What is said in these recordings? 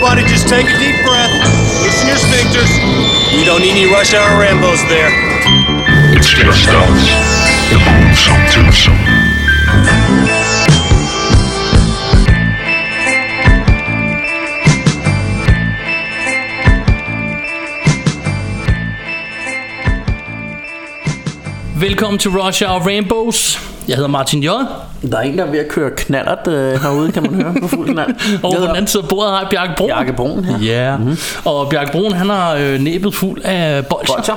Everybody just take a deep breath. Loosen your sphincters. We don't need any rush hour Rambos there. It's just us. The Boomsome Twosome. Velkommen til Rush Hour Rambos. Jeg hedder Martin J. Der er en, der er ved at køre knallert herude, kan man høre på fuld knald. Og på den anden side af bordet har jeg Bjarke Brun. Bjarke Brun her. Ja. Mm-hmm. Og Bjarke Brun, han har næbet fuld af bolsjer.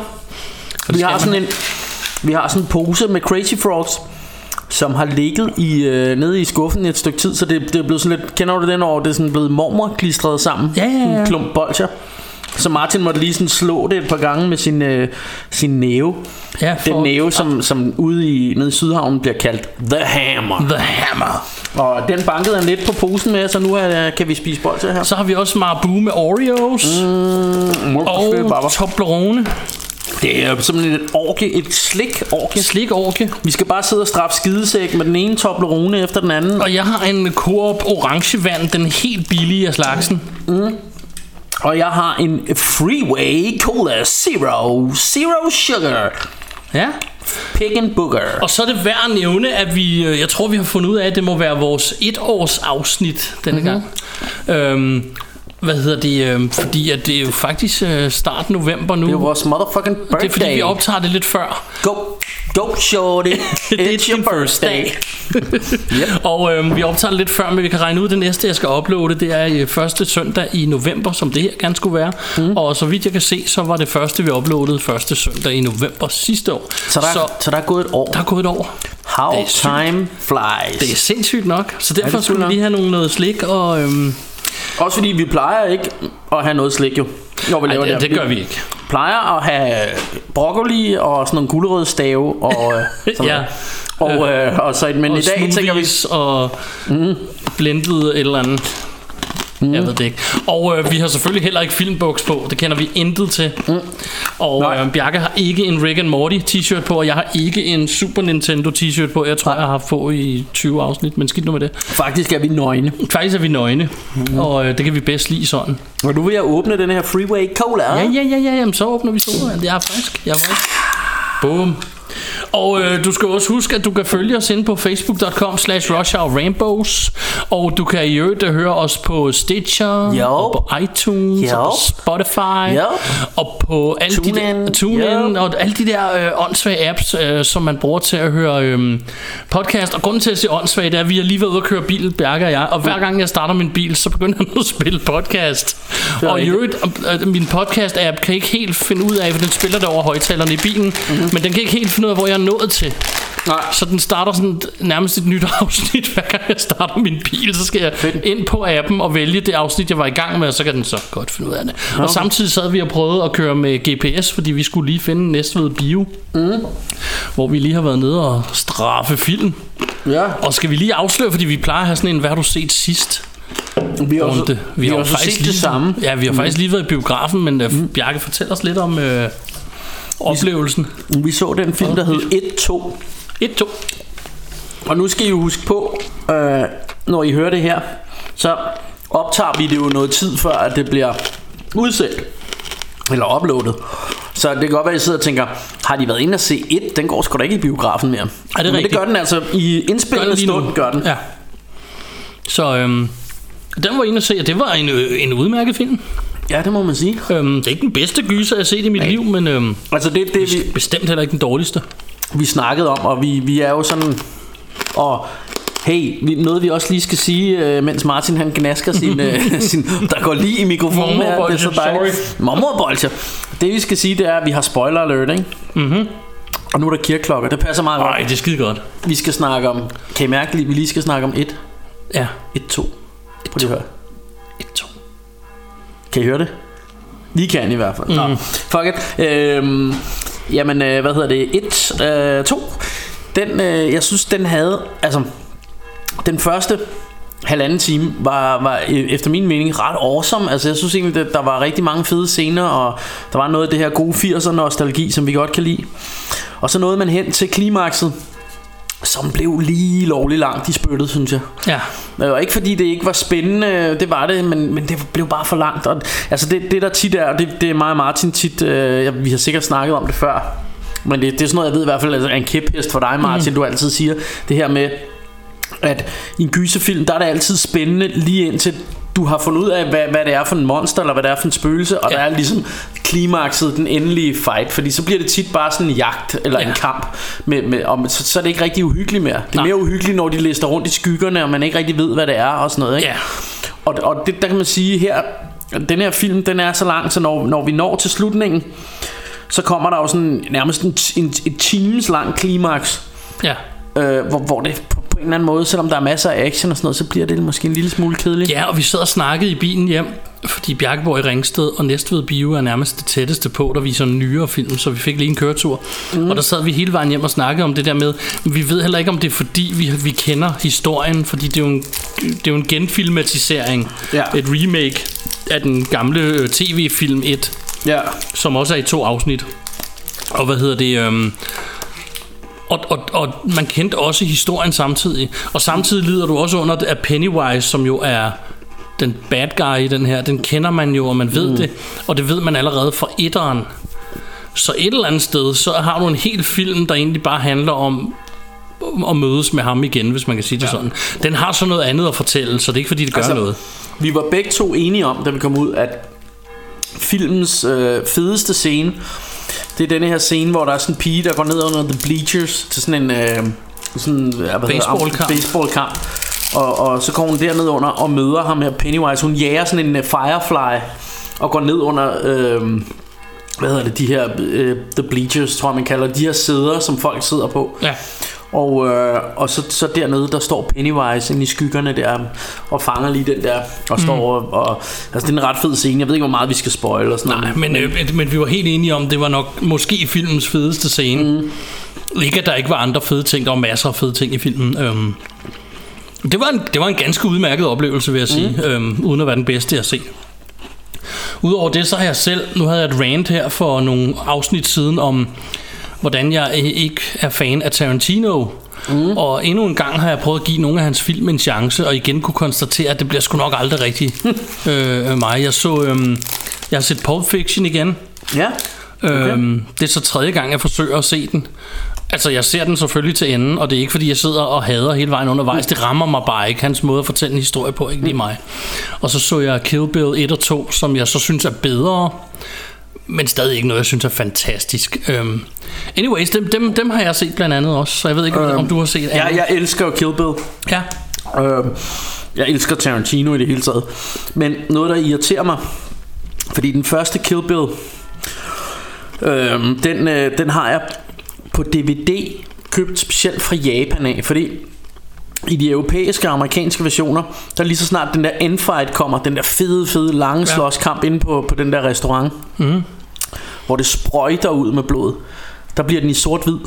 Vi har sådan en pose med Crazy Frogs, som har ligget nede i skuffen i et stykke tid. Så det er blevet sådan lidt, kender du det den over? Det er sådan blevet mormorklistret sammen. Ja. En klump bolsjer. Så Martin måtte lige sådan slå det et par gange med sin næve. Ja, den næve, som nede i Sydhavnen bliver kaldt The Hammer. The Hammer. Og den bankede han lidt på posen med, så nu kan vi spise bolsjer her. Så har vi også Marabou med Oreos. Og Toblerone. Det er simpelthen et slik-orgie. Slik-orgie. Vi skal bare sidde og straffe skidesæk med den ene Toblerone efter den anden. Og jeg har en Coop orangevand, den helt billige af slagsen. Og jeg har en Freeway Cola Zero Sugar. Ja. Pig and Booger. Og så er det værd at nævne, at jeg tror vi har fundet ud af, at det må være vores 1-års afsnit denne gang. Fordi at det er jo faktisk start november nu. Det er vores motherfucking birthday. Det er fordi vi optager det lidt før. Go shorty. It's your birthday. Yep. Og vi optager det lidt før, men vi kan regne ud, det næste jeg skal uploade, det er første søndag i november, som det her gerne skulle være. Og så vidt jeg kan se, så var det første vi uploadede første søndag i november sidste år. Så der er gået et år. Der er gået et år. How time flies. Det er sindssygt nok. Så derfor skulle vi lige have noget slik og også fordi vi plejer ikke at have noget slik jo. Når vi laver det gør vi ikke. Plejer at have broccoli og sådan nogle gulerødstave og ja. Og så men i dag tænker vi og blendet et eller andet. Jeg ved det ikke. Og vi har selvfølgelig heller ikke filmboks på. Det kender vi intet til. Og Bjarke har ikke en Rick and Morty t-shirt på, og jeg har ikke en Super Nintendo t-shirt på. Jeg tror jeg har haft på i 20 afsnit, men skidt nu med det. Faktisk er vi nøgne. Og det kan vi bedst lide sådan. Og nu vil jeg åbne den her Freeway Cola. Ja. Jamen, så åbner vi sodaen. Jeg er frisk. Boom. Og du skal også huske, at du kan følge os inde på facebook.com/rushhourrambos. Og du kan i øvrigt høre os på Stitcher, og på iTunes, og på Spotify, og på alle TuneIn, og alle de der åndssvage apps, som man bruger til at høre podcast. Og grunden til at sige åndssvage, det er, at vi er lige ved at køre bil, Bjarke og jeg. Og hver gang jeg starter min bil, så begynder han at spille podcast. Og i øvrigt, min podcast-app kan ikke helt finde ud af, for den spiller det over højtalerne i bilen, men den kan ikke helt finde ud af, hvor jeg er nået til. Nej. Så den starter sådan nærmest et nyt afsnit. Hver gang jeg starter min bil, så skal jeg ind på appen og vælge det afsnit jeg var i gang med, og så kan den så godt finde ud af det. Og samtidig sad vi og prøvede at køre med GPS, fordi vi skulle lige finde Næstved Bio, hvor vi lige har været nede og straffe film. Og skal vi lige afsløre, fordi vi plejer at have sådan en, hvad har du set sidst? Vi har faktisk det samme. Ja, vi har faktisk lige været i biografen, men Bjarke, fortæl os lidt om oplevelsen. Vi så den film, der hed 1-2. Og nu skal I jo huske på, når I hører det her, så optager vi det jo noget tid før, at det bliver udsendt eller uploadet. Så det kan godt være, at I sidder og tænker, har de været inde og se 1? Den går sgu da ikke i biografen mere. Men det gør den altså i indspillende stund, gør den. Ja. Så den var inde og se, og det var en udmærket film. Ja, det må man sige. Det er ikke den bedste gyser, jeg har set i mit liv, men altså det vi bestemt heller ikke den dårligste. Vi snakkede om, og vi er jo sådan. Og hey, noget vi også lige skal sige, mens Martin han gnasker sin der går lige i mikrofonen her, det er så dejligt. Mormorbolcher. Det vi skal sige, det er, at vi har spoiler alert, ikke? Og nu er der kirkeklokker. Det passer meget godt. Nej, det er skide godt. Vi skal snakke om. Kan I mærke, vi lige skal snakke om 1? Ja. 1-2. Prøv lige at høre. 1-2. Kan I høre det? Vi kan i hvert fald. Nå, fuck it. Jamen, hvad hedder det? 1-2. Den, jeg synes, den havde. Altså, den første halvanden time var efter min mening ret awesome. Altså, jeg synes egentlig, der var rigtig mange fede scener, og der var noget af det her gode 80'er nostalgi, som vi godt kan lide. Og så nåede man hen til klimakset, som blev lige lovligt langt i spyttet, synes jeg. Ja. Det var ikke fordi det ikke var spændende, det var det, men det blev bare for langt. Og, altså det der tit er, det er mig og Martin tit, vi har sikkert snakket om det før, men det er sådan noget, jeg ved i hvert fald er en kæphest for dig, Martin. Du altid siger det her med, at i en gyserfilm, der er det altid spændende lige indtil du har fundet ud af, hvad det er for en monster, eller hvad det er for en spøgelse, og der er ligesom klimakset, den endelige fight, fordi så bliver det tit bare sådan en jagt, eller en kamp, så er det ikke rigtig uhyggeligt mere. Det er mere uhyggeligt, når de lister rundt i skyggerne, og man ikke rigtig ved, hvad det er, og sådan noget, ikke? Og det, der kan man sige her, den her film, den er så lang, så når vi når til slutningen, så kommer der jo sådan nærmest et times lang klimaks, hvor det på en eller anden måde, selvom der er masser af action og sådan noget, så bliver det måske en lille smule kedeligt. Ja, og vi sad og snakkede i bilen hjem, fordi Bjerkeborg i Ringsted og Næstved Bio er nærmest det tætteste på, der viser en nyere film, så vi fik lige en køretur. Og der sad vi hele vejen hjem og snakkede om det der med, vi ved heller ikke, om det er fordi vi kender historien, fordi det er jo en genfilmatisering, et remake af den gamle tv-film 1, som også er i 2 afsnit. Og hvad hedder det... Og man kendte også historien samtidig. Og samtidig lider du også under at Pennywise, som jo er den bad guy i den her, den kender man jo, og man ved det. Og det ved man allerede fra etteren. Så et eller andet sted, så har du en hel film, der egentlig bare handler om at mødes med ham igen, hvis man kan sige det sådan. Den har så noget andet at fortælle, så det er ikke fordi det gør noget. Vi var begge to enige om, da vi kom ud, at filmens fedeste scene, det er denne her scene, hvor der er sådan en pige, der går ned under the bleachers til sådan en baseballkamp. Og så kommer hun derned under og møder ham her, Pennywise. Hun jager sådan en firefly og går ned under de her the bleachers, tror jeg man kalder de her sæder, som folk sidder på. Og så dernede, der står Pennywise inde i skyggerne der og fanger lige den der og står og altså det er en ret fed scene. Jeg ved ikke hvor meget vi skal spoil og sådan noget. Men vi var helt enige om, det var nok måske filmens fedeste scene. Ikke at der ikke var andre fede ting, der var masser af fede ting i filmen. Det var en ganske udmærket oplevelse, vil jeg sige, uden at være den bedste jeg har set. Udover det, så har jeg selv, nu havde jeg et rant her for nogle afsnit siden om hvordan jeg ikke er fan af Tarantino. Og endnu en gang har jeg prøvet at give nogle af hans film en chance, og igen kunne konstatere, at det bliver sgu nok aldrig rigtigt mig. Jeg har set Pulp Fiction igen. Det er så 3. gang jeg forsøger at se den. Altså jeg ser den selvfølgelig til enden, og det er ikke fordi jeg sidder og hader hele vejen undervejs. Det rammer mig bare ikke, hans måde at fortælle en historie på, ikke lige mig. Og så jeg Kill Bill 1 og 2, som jeg så synes er bedre, men stadig ikke noget jeg synes er fantastisk. Anyways, dem har jeg set blandt andet også. Så jeg ved ikke om du har set andet. Jeg elsker jo Kill Bill. Jeg elsker Tarantino i det hele taget. Men noget der irriterer mig, fordi den første Kill Bill, den har jeg på DVD købt specielt fra Japan af, fordi i de europæiske og amerikanske versioner, der lige så snart den der endfight kommer, den der fede lange slåskamp inde på den der restaurant, hvor det sprøjter ud med blod, der bliver den i sort-hvid.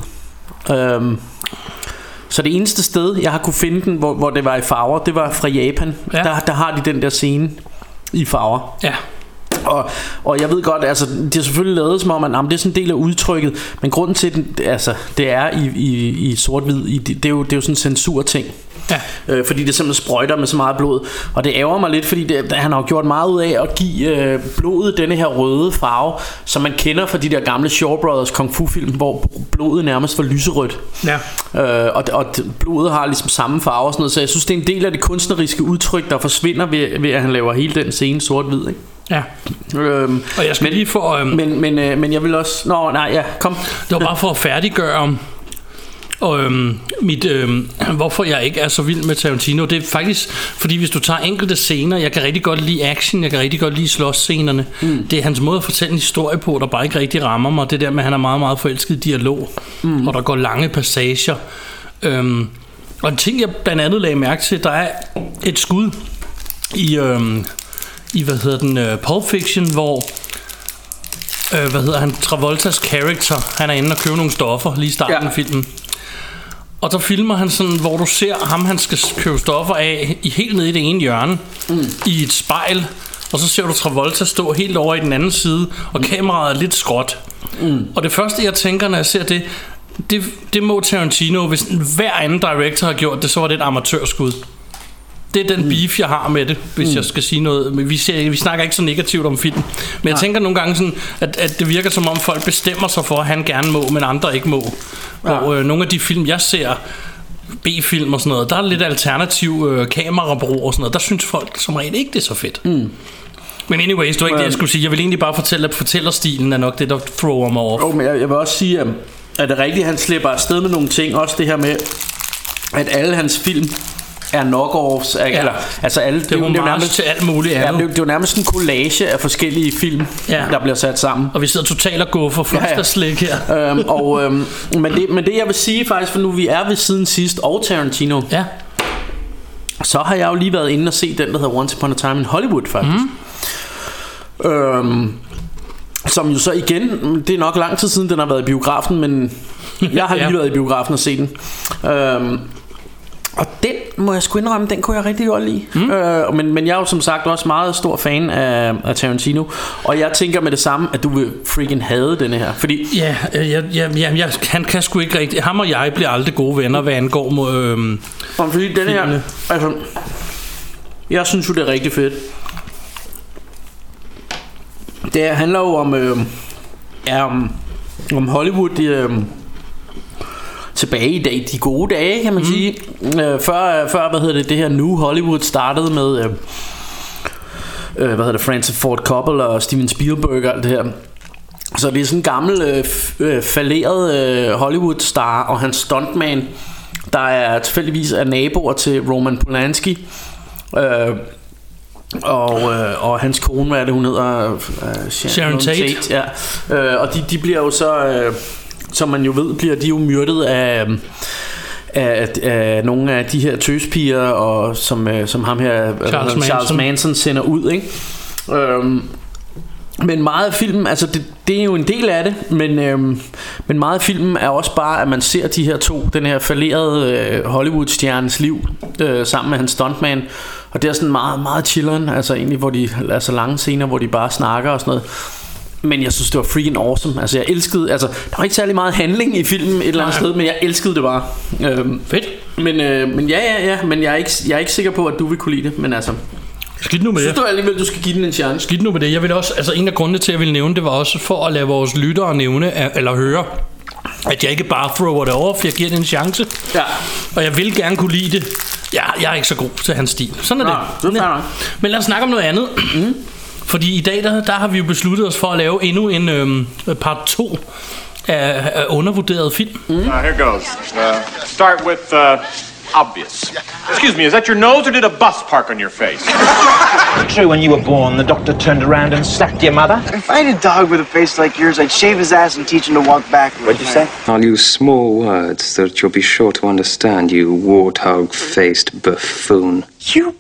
Så det eneste sted jeg har kunne finde den hvor det var i farver, det var fra Japan. Der har de den der scene i farver. Og jeg ved godt, altså det er selvfølgelig lavet som om at det er sådan en del af udtrykket, men grunden til den, altså det er i sort-hvid, det er jo sådan en censurting. Fordi det simpelthen sprøjter med så meget blod. Og det ærger mig lidt, fordi han har gjort meget ud af at give blodet denne her røde farve, som man kender fra de der gamle Shaw Brothers kung fu film, hvor blodet nærmest var lyserødt. Og blodet har ligesom samme farve og sådan noget. Så jeg synes det er en del af det kunstneriske udtryk, der forsvinder ved at han laver hele den scene sort-hvid, ikke? Og jeg skal lige få men jeg vil også kom. Det var bare for at færdiggøre hvorfor jeg ikke er så vild med Tarantino. Det er faktisk fordi hvis du tager enkelte scener, jeg kan rigtig godt lide action, jeg kan rigtig godt lide slåsscenerne. Det er hans måde at fortælle en historie på, der bare ikke rigtig rammer mig. Det der med at han er meget, meget forelsket i dialog, og der går lange passager. Og en ting jeg blandt andet lagde mærke til, der er et skud i Pulp Fiction, hvor Travoltas character, han er inde og købe nogle stoffer lige i starten af filmen. Og der filmer han sådan, hvor du ser ham, han skal købe stoffer af helt nede i det ene hjørne, i et spejl. Og så ser du Travolta stå helt over i den anden side, og kameraet er lidt skråt. Og det første jeg tænker, når jeg ser det, det må Tarantino. Hvis hver anden director har gjort det, så var det et amatørskud. Det er den beef, jeg har med det, hvis jeg skal sige noget. Men vi snakker ikke så negativt om film. Men jeg tænker nogle gange sådan, at det virker som om folk bestemmer sig for, at han gerne må, men andre ikke må. Hvor nogle af de film, jeg ser, B-film og sådan noget, der er lidt alternativ kamerabrug og sådan noget. Der synes folk som regel ikke, det er så fedt. Men anyways, det var ikke det, jeg skulle sige. Jeg vil egentlig bare fortælle, at fortællerstilen er nok det, der thrower mig off. Men jeg vil også sige, at det rigtigt, han slipper afsted med nogle ting. Også det her med, at alle hans film er knock-offs, eller, altså alle, det er jo nærmest til alt muligt andet. Det er jo nærmest en collage af forskellige film, der bliver sat sammen. Og vi sidder totalt og går for slik her. Men det jeg vil sige faktisk, for nu vi er ved siden sidst og Tarantino, så har jeg jo lige været inde og se den, der hedder Once Upon a Time in Hollywood faktisk. Som jo så igen, det er nok lang tid siden den har været i biografen, men jeg har lige været i biografen og set den. Og den må jeg sgu indrømme, den kunne jeg rigtig godt lide. Men jeg er jo som sagt også meget stor fan af Tarantino. Og jeg tænker med det samme, at du vil freaking hade denne her. Fordi han kan sgu ikke rigtig. Ham og jeg bliver aldrig gode venner, hvad angår fordi denne her, altså, jeg synes jo det er rigtig fedt. Det handler jo om Hollywood tilbage i dag, de gode dage, kan man sige. Før det her New Hollywood startede med Francis Ford Coppola og Steven Spielberg og alt det her. Så det er sådan en gammel falderet Hollywood star og hans stuntman, der er tilfældigvis naboer til Roman Polanski. Og hans kone, hvad er det hun hedder? Sharon Tate. Ja. Og de bliver jo så som man jo ved, bliver de jo myrdet af nogle af de her tøspiger, og som ham her Charles Manson sender ud, ikke? Men meget af filmen, altså det er jo en del af det, men meget af filmen er også bare, at man ser de her to, den her fallerede Hollywood-stjernes liv sammen med hans stuntman. Og det er sådan meget, meget chilleren, altså egentlig, hvor de altså lange scener, hvor de bare snakker og sådan noget. Men jeg synes det var freaking awesome. Altså jeg elskede, altså der var ikke særlig meget handling i filmen et eller andet sted, men jeg elskede det bare. Fedt. Men ja, men jeg er ikke sikker på, at du vil kunne lide det, men altså. Skidt nu med det. Synes du alligevel, du skal give den en chance? Skidt nu med det. Jeg vil også, altså en af grundene til at jeg ville nævne det var også for at lade vores lyttere nævne eller høre, at jeg ikke bare thrower det over, for jeg giver det en chance. Ja. Og jeg vil gerne kunne lide det. Jeg er ikke så god til hans stil. Sådan er det. Men lad os snakke om noget andet. Fordi i dag der har vi jo besluttet os for at lave endnu en part 2 af undervurderet film. Here goes. Start with obvious. Excuse me, is that your nose or did a bus park on your face? True, when you were born, the doctor turned around and slapped your mother? If I had a dog with a face like yours, I'd shave his ass and teach him to walk backwards. What'd you say? I'll use small words that you'll be sure to understand, you warthog-faced buffoon. You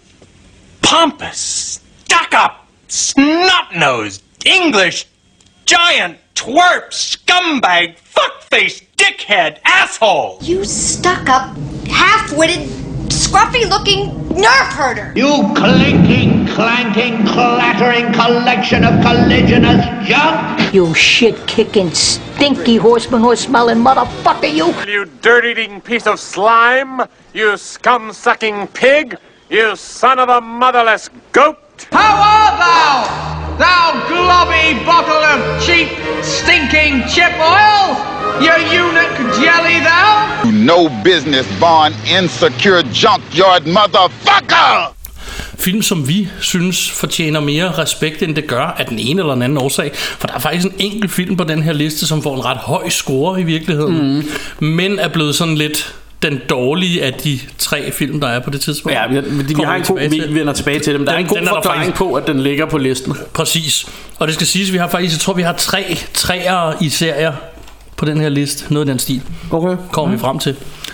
pompous, stuck-up, snot-nosed, English, giant, twerp, scumbag, fuck-faced, dickhead, asshole! You stuck-up, half-witted, scruffy-looking nerve herder! You clinking, clanking, clattering collection of colliginous junk! You shit-kicking, stinky horse-smelling motherfucker, you! You dirt-eating piece of slime! You scum-sucking pig! You son of a motherless goat! How art thou, thou globby bottle of cheap, stinking chip oil? You eunuch jelly, thou? You no business born insecure junkyard motherfucker! Film, som vi synes fortjener mere respekt, end det gør af den ene eller den anden årsag. For der er faktisk en enkelt film på den her liste, som får en ret høj score i virkeligheden, men er blevet sådan lidt den dårlige af de 3 film, der er på det tidspunkt. Ja, vi har en god, vi vender tilbage til dem. Der er en god forklaring på, at den ligger på listen. Præcis. Og det skal siges, vi har faktisk, jeg tror vi har 3 træer i serier på den her liste. Noget af den stil. Okay. Kommer vi frem til.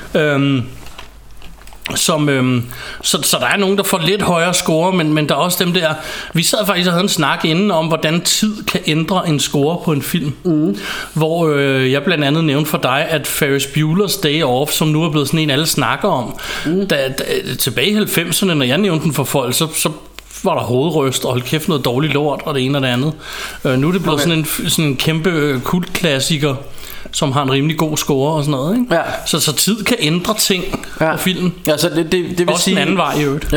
Så der er nogen, der får lidt højere score, men der er også dem der. Vi sad faktisk og havde en snak inden om, hvordan tid kan ændre en score på en film. Hvor jeg blandt andet nævnte for dig, at Ferris Bueller's Day Off, som nu er blevet sådan en, alle snakker om, tilbage i 90'erne, når jeg nævnte den for folk, så var der hovedrøst og hold kæft noget dårligt lort og det ene og det andet. Nu er det blevet sådan en kæmpe kultklassiker, som har en rimelig god score og sådan noget, ikke? Ja. Så tid kan ændre ting på filmen. Ja, så det vil også sige en anden vej i øvrigt.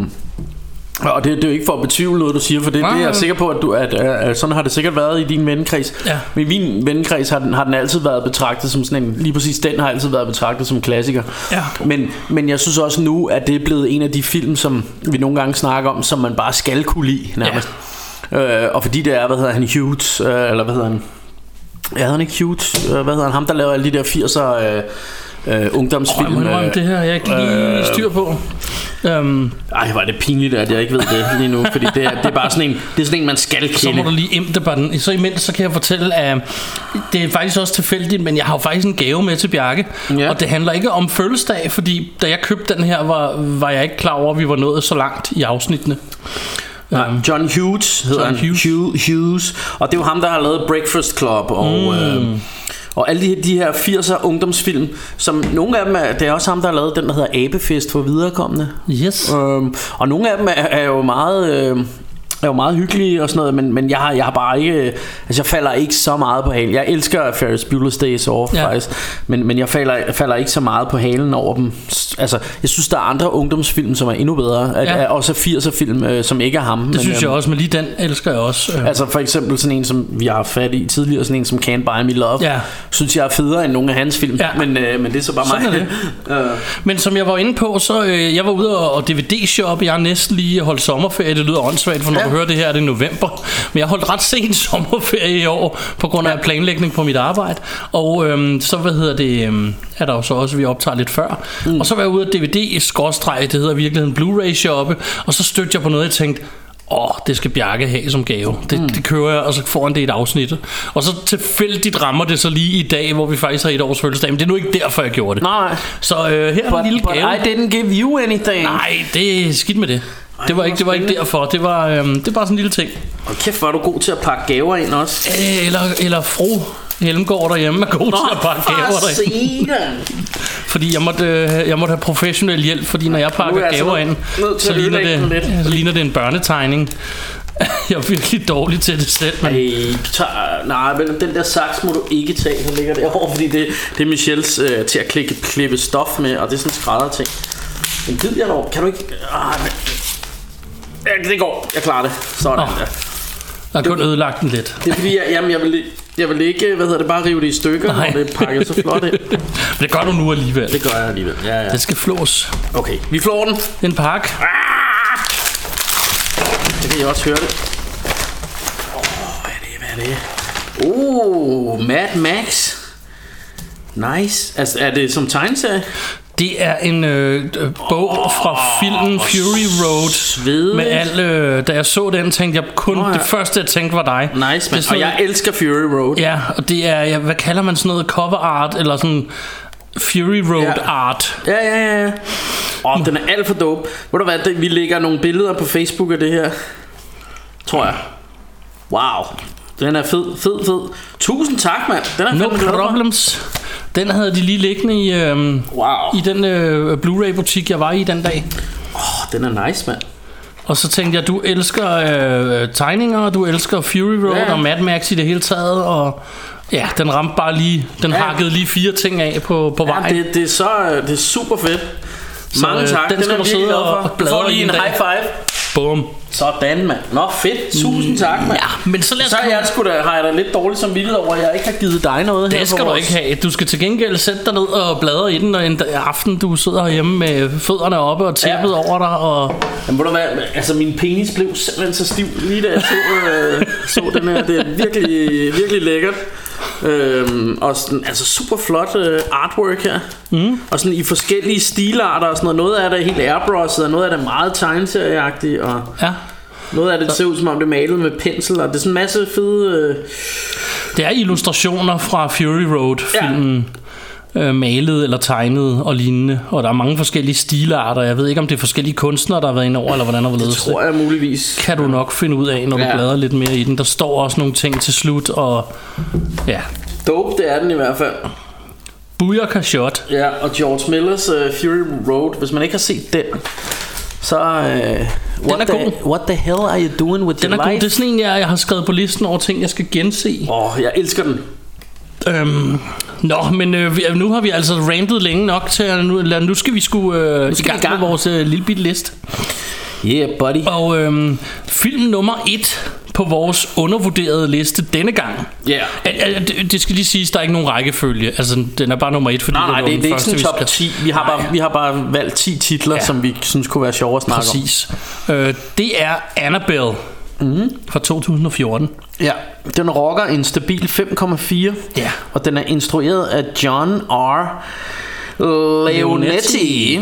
Og det er jo ikke for at betvivle noget du siger, for det er jeg sikker på at sådan har det sikkert været i din vennekreds. Ja. Men i min vennekreds har den altid været betragtet som sådan en, lige præcis den har altid været betragtet som en klassiker. Ja. Men jeg synes også nu at det er blevet en af de film som vi nogle gange snakker om, som man bare skal kunne lide nærmest. Og fordi det er, hvad hedder han, Hughes, eller hvad hedder han? Ja, hedder han ikke Hughes? Hvad hedder han? Ham der laver alle de der 80'er ungdomsfilm. Det her jeg ikke lige styr på. Ej, var det pinligt at jeg ikke ved det lige nu, fordi det er bare sådan en, det er sådan en man skal kende. Så må du lige emte på den. Så imens så kan jeg fortælle at det er faktisk også tilfældigt, men jeg har jo faktisk en gave med til Bjarke. Og det handler ikke om fødselsdag, fordi da jeg købte den her var jeg ikke klar over at vi var nået så langt i afsnittene. John Hughes hedder han. Hughes. Og det er jo ham der har lavet Breakfast Club og alle de her 80'er ungdomsfilm, som nogle af dem det er også ham der har lavet den der hedder Abefest for viderekommende. Yes. Og nogle af dem er jo meget hyggelige og sådan noget, men jeg har bare ikke, altså jeg falder ikke så meget på halen. Jeg elsker Ferris Bueller's Days Off faktisk, men jeg falder ikke så meget på halen over dem. Altså jeg synes der er andre ungdomsfilm som er endnu bedre, også 80'er film som ikke er ham. Det synes jeg også, men lige den elsker jeg også. Altså for eksempel sådan en som vi har haft fat i tidligere, sådan en som Can't Buy Me Love. Synes jeg er federe end nogle af hans film, men det er så bare sådan mig. Men som jeg var inde på, så jeg var ude og DVD-shoppe. Jeg har næsten lige holdt sommerferie. Det lyder åndssvagt, for når du hører det her, det er november. Men jeg holdt ret sent sommerferie i år på grund af planlægning på mit arbejde. Og så er der jo så også, vi optager lidt før. Og så var jeg ude af DVD-skråstreg, det hedder virkeligheden Blu-ray shoppe. Og så stødte jeg på noget, jeg tænkte, det skal Bjarke have som gave. Det kører jeg, og så får han det i et afsnit. Og så tilfældigt rammer det så lige i dag, hvor vi faktisk har 1 års fødselsdag. Men det er nu ikke derfor, jeg gjorde det. Nej. Så her er en lille gave. I didn't give you anything. Nej, det er skidt med det. Det var ikke derfor. Det var bare sådan en lille ting. Og kæft, hvor er du god til at pakke gaver ind også. Eller fru Helmgaard derhjemme er god til at pakke gaver derinde. Fordi jeg måtte have professionel hjælp, fordi når jeg pakker gaver ind, så ligner det en børnetegning. Jeg er virkelig dårlig til det selv. Men nej, men den der saks må du ikke tage, der ligger derovre, fordi det er Michelles til at klippe stof med, og det er sådan en skrædder ting. Men ved jeg dog, kan du ikke... det går, jeg klarer det. Sådan der. Jeg har kun ødelagt den lidt. Det er fordi, jeg vil ikke, bare rive det i stykker, når det er pakket så flot ind. Men det gør du nu alligevel. Det gør jeg alligevel, ja. Det skal flås. Okay, vi flår den. En pakke. Det kan I også høre det. Hvad er det? Mad Max. Nice. Altså, er det som tegneserie? Det er en bog fra filmen Fury Road. Med alle, da jeg så den, tænkte jeg kun det første jeg tænkte var dig. Nice, man. Og jeg elsker Fury Road. Ja, og det er hvad kalder man sådan noget, cover art eller sådan Fury Road art. Ja. Den er alt for dope. Ved du hvad, vi lægger nogle billeder på Facebook af det her, tror jeg. Wow, den er fed. Tusind tak, mand. Den er no problems. Den havde de lige liggende i den Blu-ray butik jeg var i den dag. Den er nice, mand. Og så tænkte jeg, du elsker tegninger, du elsker Fury Road og Mad Max i det hele taget. Og ja, den ramte bare lige, hakkede lige 4 ting af på vejen. Det er super fedt. Så, mange tak. Den skal du sidde og bladre. Får lige en high five. Bum. Sådan, mand. Nå, fedt. Tusind tak, mand. Ja, men så har jeg da lidt dårligt som vildt over, at jeg ikke har givet dig noget det her. Det skal du ikke have. Du skal til gengæld sætte dig ned og bladre i den, og en aften du sidder herhjemme med fødderne oppe og tæppet over dig. Og jamen, ved du hvad? Altså, min penis blev simpelthen så stiv lige da jeg så den her. Det er virkelig, virkelig lækkert. Og sådan, altså super flot artwork her. Og sådan i forskellige stilarter og sådan noget af det er helt airbrushed, og noget af det er meget tegneserieagtigt, og noget af det ser ud som om det er malet med pensel, og det er sådan en masse fede det er illustrationer fra Fury Road filmen. Malet eller tegnet og lignende. Og der er mange forskellige stilarter. Jeg ved ikke om det er forskellige kunstnere der har været inde over, eller hvordan der var ledet. Det tror jeg muligvis. Kan du nok finde ud af, når du bladrer lidt mere i den. Der står også nogle ting til slut. Og ja, dope, det er den i hvert fald. Booyaka shot. Ja, og George Millers Fury Road. Hvis man ikke har set den, så den er god. What the hell are you doing with your life? Den er god. Det er sådan en jeg har skrevet på listen over ting jeg skal gense. Jeg elsker den. Nu har vi altså rantet længe nok til at nu skal vi sgu i gang med vores lille bitte liste. Yeah, buddy. Og film nummer 1 på vores undervurderede liste denne gang. Ja. Yeah. Det skal lige siges, der er ikke nogen rækkefølge. Altså, den er bare nummer 1, fordi nej, det er ikke sådan top 10. Vi har bare valgt 10 titler, som vi synes kunne være sjove at snakke om. Præcis. Det er Annabelle fra 2014. Ja, den rocker en stabil 5,4. Ja. Og den er instrueret af John R. Leonetti.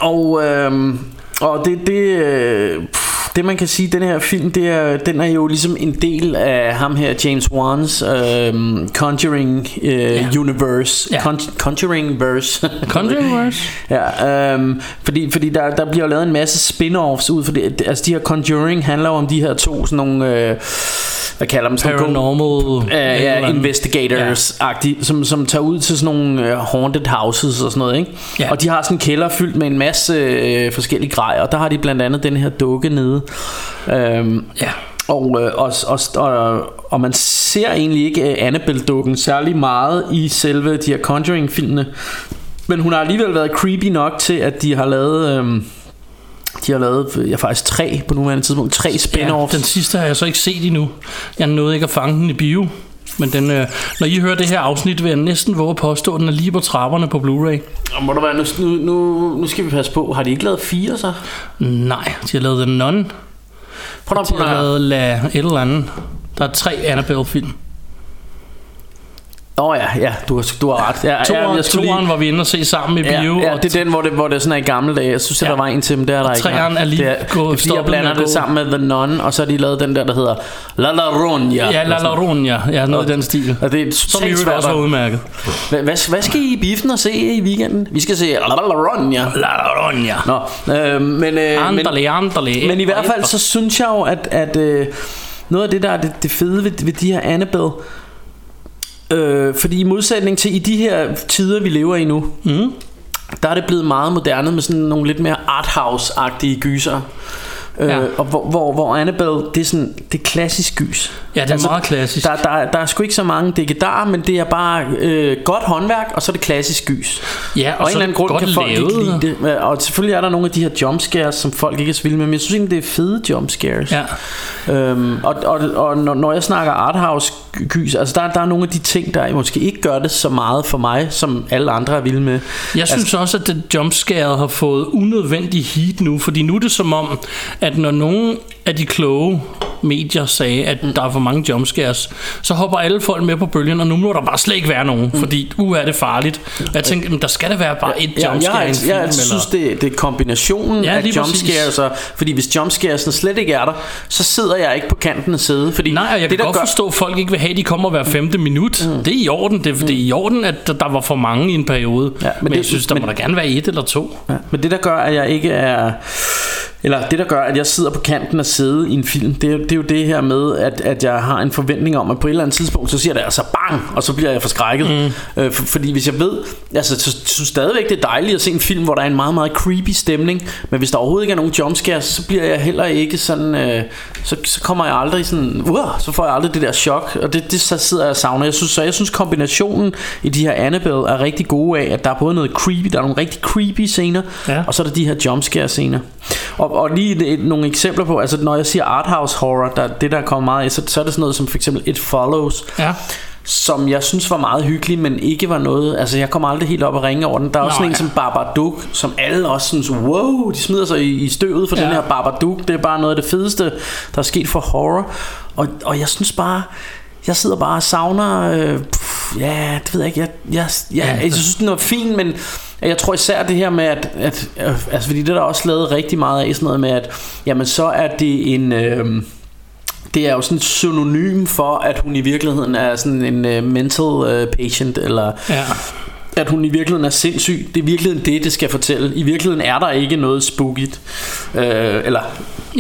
Og det man kan sige, den her film, den er jo ligesom en del af ham her James Wan's Conjuring universe. Ja. Conjuring-verse. Conjuring-verse. Ja, fordi der bliver lavet en masse spin-offs ud for det. Altså de her Conjuring handler om de her to sådan nogle hvad kalder man sådan paranormal investigators-agtige, som tager ud til sådan nogle haunted houses og sådan noget, ikke? Ja. Og de har sådan en kælder fyldt med en masse forskellige grejer, og der har de blandt andet den her dukke nede. Ja. Og man ser egentlig ikke Annabelle-dukken særlig meget i selve de her Conjuring-filmene, men hun har alligevel været creepy nok til, at de har lavet faktisk 3 på nuværende tidspunkt. 3 spin-offs. Ja, den sidste har jeg så ikke set endnu. Jeg nåede ikke at fange den i bio. Men den, når I hører det her afsnit, vil jeg næsten våge at påstå, at den er lige på trapperne på Blu-ray. Og må der være, nu skal vi passe på. Har de ikke lavet 4 så? Nej, de har lavet The Nun. De har lavet et eller andet. Der er 3 Annabelle-film. Ja, du har ret. Toren var vi inde og se sammen i bio. Ja, det er den, hvor det sådan er i gamle dage. Jeg synes, der var en til, men der er der ikke. Træerne er lige gået. De blander det sammen med The Nun, og så har de lavet den der hedder La Llorona. Ja, La Llorona. Ja, noget af den stil. Og det er som i øvrigt også var udmærket. Hvad skal I i biffen og se i weekenden? Vi skal se La Llorona. La Llorona. Men i hvert fald så synes jeg jo, at noget af det der er det fede ved de her Annabelle, fordi i modsætning til i de her tider vi lever i nu, der er det blevet meget moderne med sådan nogle lidt mere arthouse-agtige gyser. Og hvor Annabelle, det er sådan, det er klassisk gys. Ja, det er meget klassisk. Der er sgu ikke så mange dækkedarer, men det er bare godt håndværk, og så er det klassisk gys. Ja, og en eller anden grund kan folk ikke lide det. Og selvfølgelig er der nogle af de her jumpscares, som folk ikke er så vilde med, men jeg synes ikke, det er fede jumpscares. Ja. Og når jeg snakker arthouse gys, altså der er nogle af de ting, der måske ikke gør det så meget for mig, som alle andre er vilde med. Jeg synes også, at det jumpscare har fået unødvendig heat nu, fordi nu er det som om, at når nogen af de kloge medier sagde, at der er for mange jumpscares, så hopper alle folk med på bølgen, og nu må der bare slet ikke være nogen, fordi er det farligt. Og jeg tænkte, der skal da være bare et jumpscare i en film. Jeg synes, det er kombinationen af jumpscares, fordi hvis jumpscaresene slet ikke er der, så sidder jeg ikke på kanten af sædet. Fordi nej, og jeg kan godt forstå, at folk ikke vil have, at de kommer hver 5. minut. Det er i orden. Det er i orden, at der var for mange i en periode. Ja, men jeg synes, der må da gerne være 1 eller 2. Ja, men det der gør, at jeg ikke er... Eller det der gør, at jeg sidder på kanten af sædet i en film, det er jo det her med, at jeg har en forventning om, at på et eller andet tidspunkt, så siger det altså bang, og så bliver jeg forskrækket. Fordi hvis jeg ved, altså så synes stadigvæk det er dejligt at se en film, hvor der er en meget, meget creepy stemning, men hvis der overhovedet ikke er nogen jumpscares, så bliver jeg heller ikke sådan, så kommer jeg aldrig sådan, så får jeg aldrig det der chok, og det så sidder jeg og savner. Jeg synes kombinationen i de her Annabelle er rigtig gode af, at der er både noget creepy, der er nogle rigtig creepy scener, og så er der de her jumpscare scener. Og lige nogle eksempler på, altså når jeg siger arthouse horror, det der kommer meget af, så er det sådan noget som for eksempel It Follows, som jeg synes var meget hyggelig, men ikke var noget, altså jeg kommer aldrig helt op og ringe over den. Der er også sådan en som Babadook, som alle også synes, wow, de smider sig i støvet for den her Babadook. Det er bare noget af det fedeste, der er sket for horror. Og jeg synes bare, jeg sidder bare og savner, det ved jeg ikke, jeg synes den var fin, men jeg tror især det her med at altså fordi det der også lavet rigtig meget af, sådan noget med at jamen så er det en det er jo sådan et synonym for at hun i virkeligheden er sådan en mental patient, eller at hun i virkeligheden er sindssyg. Det er i virkeligheden det skal fortælle. I virkeligheden er der ikke noget spookigt, eller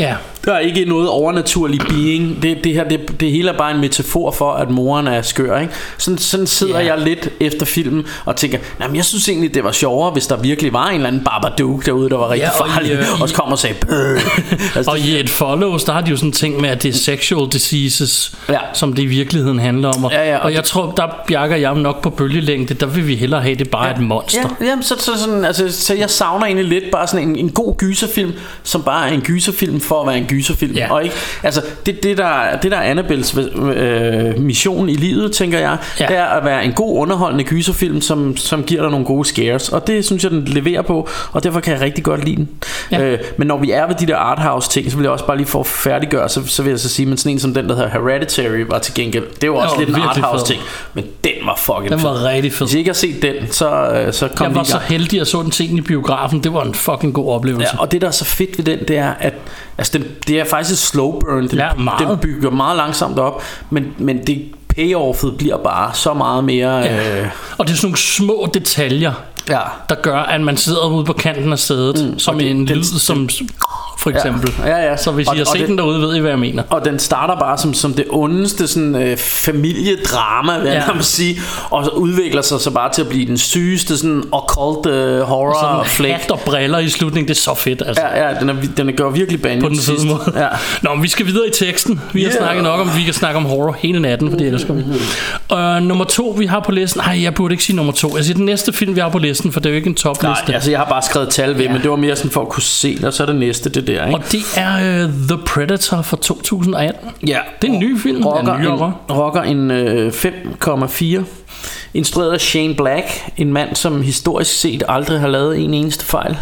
Der er ikke noget overnaturlig being. Det hele er bare en metafor for, at moren er skør, ikke? Sådan sidder jeg lidt efter filmen og tænker, jeg synes egentlig, det var sjovere, hvis der virkelig var en eller anden Babadook derude, der var rigtig farlig, og så kom og sagde altså, og i et follows, der har de jo sådan ting med, at det er sexual diseases, som det i virkeligheden handler om. Og jeg tror, der bjerker jeg nok på bølgelængde. Der vil vi hellere have det bare et monster. Jamen, så jeg savner egentlig lidt bare sådan en god gyserfilm, som bare er en gyserfilm for at være en gyserfilm. Og ikke, altså det der er Annabelles mission i livet, tænker jeg, det er at være en god underholdende gyserfilm, som giver dig nogle gode scares. Og det synes jeg, den leverer på, og derfor kan jeg rigtig godt lide den. Men når vi er ved de der arthouse ting, så vil jeg også bare lige få færdiggøre, så vil jeg så sige, men sådan en som den, der hedder Hereditary, var til gengæld, det var også lidt en arthouse ting, men den var fucking fed. Den var rigtig fed. Hvis I ikke har set den, så kom jeg var så heldig at så den scene i biografen. Det var en fucking god oplevelse. Og det der er så fedt ved den, det er at altså det er faktisk et slow burn. Den bygger meget langsomt op, men det payoffet bliver bare så meget mere og det er sådan nogle små detaljer, der gør, at man sidder ude på kanten af sædet, som en lyd, som for eksempel. Så hvis I har set den derude, ved I, hvad jeg mener. Og den starter bare som det ondeste sådan, familiedrama, vil jeg sige, og så udvikler sig så bare til at blive den sygeste sådan occult horror flæk. Hat og briller i slutningen, det er så fedt, altså. Den gør virkelig banjo på den fede måde. Nå, men vi skal videre i teksten. Vi har snakket nok om, vi kan snakke om horror hele natten, for det elsker vi. Nummer 2 vi har på listen. Nej, jeg burde ikke sige nummer 2. Jeg siger den næste film vi har på listen, for det er jo ikke en topliste. Nej, altså jeg har bare skrevet tal ved, men det var mere sådan for at kunne se, og så er det næste det der, ikke? Og det er The Predator fra 2018. Ja, det er en ny film. Rocker en 5,4. Instrueret af Shane Black, en mand som historisk set aldrig har lavet en eneste fejl.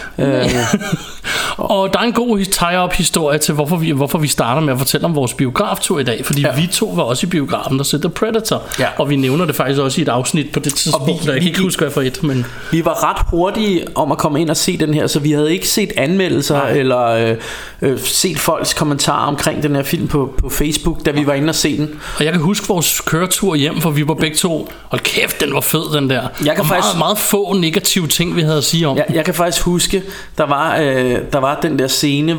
Og der er en god tie-up historie til hvorfor vi starter med at fortælle om vores biograftur i dag. Fordi vi to var også i biografen, der ser The Predator. Og vi nævner det faktisk også i et afsnit på det tidspunkt. Jeg kan ikke huske hvad for et, men vi var ret hurtige om at komme ind og se den her, så vi havde ikke set anmeldelser eller set folks kommentarer omkring den her film på Facebook, da vi var inde og se den. Og jeg kan huske vores køretur hjem, for vi var begge to, hold kæft, den var fed, den der. Meget få negative ting vi havde at sige om. Jeg kan faktisk huske, der var den der scene,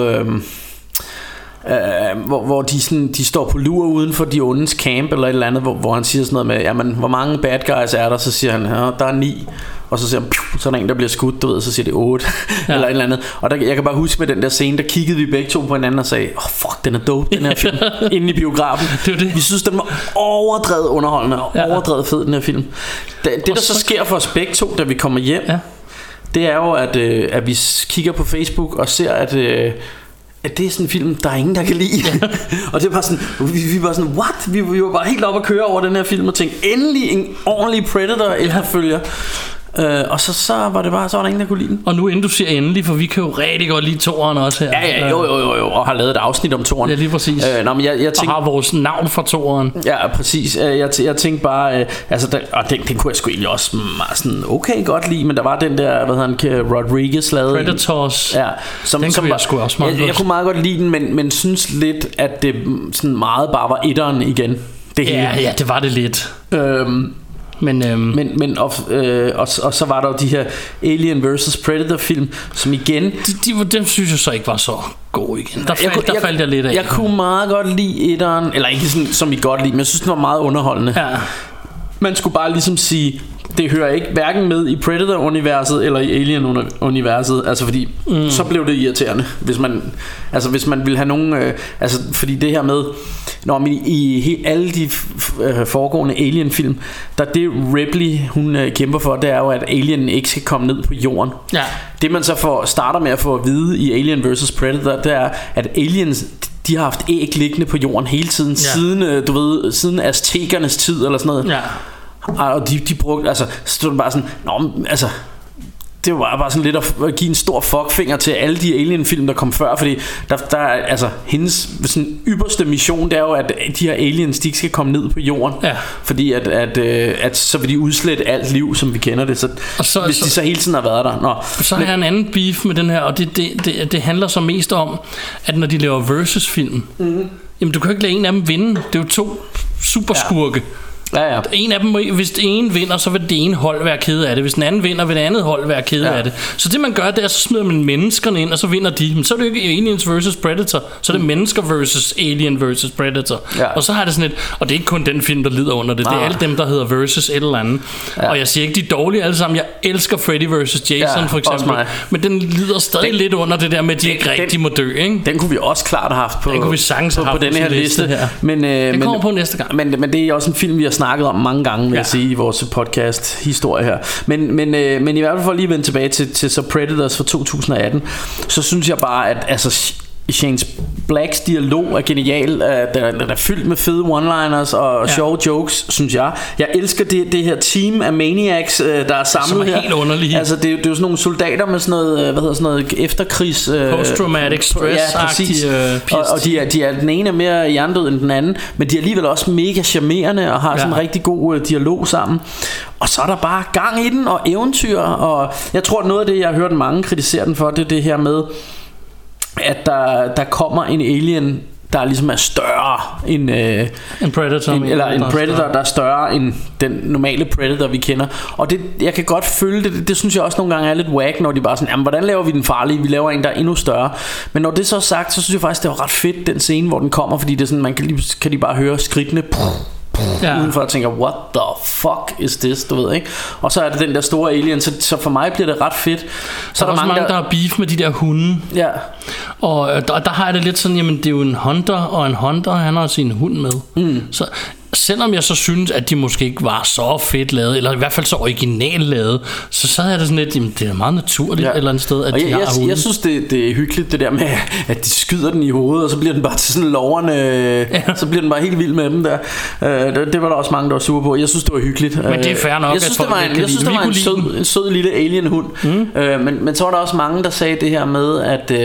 hvor de står på lur uden for de ondes camp eller et eller andet, hvor han siger sådan noget med, jamen, hvor mange bad guys er der? Så siger han, der er 9. Og så siger han, så er der en, der bliver skudt, du ved, så siger det 8 eller et eller andet. Og jeg kan bare huske med den der scene, der kiggede vi begge to på hinanden og sagde, fuck, den er dope, den her film, inde i biografen. Det. Vi synes, den var overdrevet underholdende og overdrevet fed, den her film. Det der så sker for os begge to, da vi kommer hjem, det er jo, at vi kigger på Facebook og ser, at det er sådan en film, der er ingen, der kan lide. Og det er bare sådan, vi var sådan, what? Vi var bare helt op at køre over den her film og tænkte, endelig en ordentlig Predator efterfølger. Og så var det bare, så var der ingen, der kunne lide den. Og nu inden du siger endelig, for vi kan jo rigtig godt lide toeren også her. Ja, jo, og har lavet et afsnit om toeren. Ja, lige præcis. Men jeg tænkte, og har vores navn fra toeren. Ja, præcis. Jeg tænkte bare, og den kunne jeg sgu egentlig også sådan okay godt lide, men der var den der, hvad hedder han, Rodriguez lavede. Predators. Ja, den kunne jeg sgu også meget godt. Jeg kunne meget godt lide den, men synes lidt, at det sådan meget bare var etteren igen. Ja, det var det lidt. Og så var der jo de her Alien vs Predator film, som igen dem synes jeg så ikke var så gode igen. Der faldt jeg lidt af. Jeg kunne meget godt lide etteren, eller ikke sådan, som I godt lide, men jeg synes den var meget underholdende. Man skulle bare ligesom sige, det hører ikke hverken med i Predator-universet eller i Alien-universet, altså fordi så blev det irriterende, hvis man vil have nogen, fordi det her med, når i alle de foregående Alien-film, der det Ripley hun kæmper for, det er jo, at Alien ikke skal komme ned på jorden. Ja. Det man så starter med at få at vide i Alien vs Predator, det er, at aliens, de har haft æg liggende på jorden hele tiden, siden aztekernes tid eller sådan noget. Ja. Og de brugte, så stod det bare sådan, det var bare sådan lidt at give en stor fuckfinger til alle de Alien-film, der kom før, fordi der hendes sådan ypperste mission, det er jo, at de her aliens, de ikke skal komme ned på jorden, fordi at så vil de udslette alt liv, som vi kender det, så hvis de så hele tiden har været der. Så har jeg en anden beef med den her, og det handler så mest om, at når de laver versus-film, jamen du kan ikke lade en af dem vinde. Det er jo to superskurke. Ja. En af dem, hvis det ene vinder, så vil det ene hold være ked af det. Hvis den anden vinder, vil det andet hold være ked af det. Så det man gør, det er, så smider man menneskerne ind, og så vinder de. Men så er det jo ikke Aliens vs Predator, så er det mennesker versus Alien versus Predator. Og så har det sådan et, og det er ikke kun den film, der lider under det. Det er alle dem, der hedder versus et eller andet. Og jeg siger ikke, de er dårlige alle sammen. Jeg elsker Freddy vs Jason for eksempel. Men den lider stadig lidt under det der med, at de ikke rigtig må dø, ikke? Den kunne vi også klart have haft på, den kunne vi sagtens have haft på denne her liste her. Den kommer på næste gang. Men det er også en film, vi har snakket om mange gange, vil jeg sige, i vores podcast historie her. Men i hvert fald for lige at vende tilbage til så Predators fra 2018, så synes jeg bare, at altså Shane Blacks dialog er genial. Den er fyldt med fede one-liners og sjove jokes, synes jeg. Jeg elsker det her team af maniacs, der er samlet som er her. Helt underlige. Altså det er jo sådan nogle soldater med sådan noget, hvad hedder sådan noget, efterkrigs post-traumatic stress-agtige og de er den ene er mere hjernedød end den anden, men de er alligevel også mega charmerende og har sådan en rigtig god dialog sammen. Og så er der bare gang i den og eventyr, og jeg tror noget af det, jeg har hørt mange kritisere den for, det er det her med, at der kommer en alien, der ligesom er større end en Predator, en Predator, der er større end den normale Predator, vi kender. Og det, jeg kan godt føle det synes jeg også nogle gange er lidt whack, når de bare sådan, jamen hvordan laver vi den farlige? Vi laver en, der er endnu større. Men når det så er sagt, så synes jeg faktisk, det var ret fedt, den scene, hvor den kommer, fordi det er sådan, man kan de bare høre skridtene udenfor og tænker, what the fuck is this, du ved, ikke? Og så er det den der store alien, så for mig bliver det ret fedt. Så er der også mange, der har beef med de der hunde. Ja. Og der har jeg det lidt sådan, jamen det er jo en hunter, og en hunter, han har sin hund med. Så selvom jeg så synes, at de måske ikke var så fedt lavet, eller i hvert fald så originalt lavet, så havde jeg det sådan lidt, jamen det er meget naturligt et eller andet sted, at de har hunden. Jeg synes det er hyggeligt, det der med, at de skyder den i hovedet, og så bliver den bare til sådan loverne, så bliver den bare helt vild med dem der. Det var der også mange, der var sure på. Jeg synes, det var hyggeligt. Men det er fair nok, jeg synes, det var en sød lille alien hund. Men så var der også mange, der sagde det her med,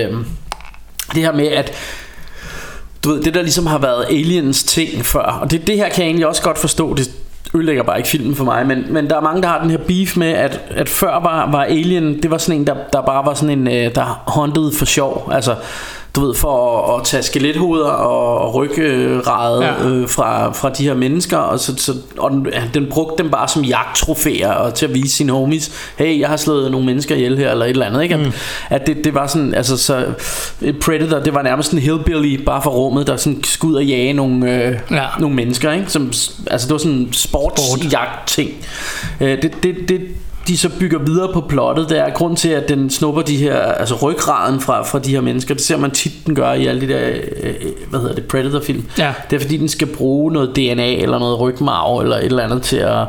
at du ved, det der ligesom har været aliens ting før. Og det her kan jeg egentlig også godt forstå. Det ødelægger bare ikke filmen for mig. Men der er mange, der har den her beef med, at før var alien, det var sådan en, der bare var sådan en, der huntede for sjov. Altså, du ved, for at tage skelethoveder og ryggrade fra de her mennesker, og den brugte dem bare som jagttrofæer og til at vise sine homies, hey, jeg har slået nogle mennesker ihjel her eller et eller andet, ikke? At det var sådan, altså så Predator, det var nærmest en hillbilly bare fra rummet, der sådan skulle ud og jage nogle mennesker, ikke? Som, altså det var sådan en sportsjagt ting. De så bygger videre på plottet. Der er grund til, at den snupper de her, altså ryggraden fra de her mennesker. Det ser man tit, den gør i alle de der Predator-film. Det er fordi, den skal bruge noget DNA eller noget rygmarv eller et eller andet til at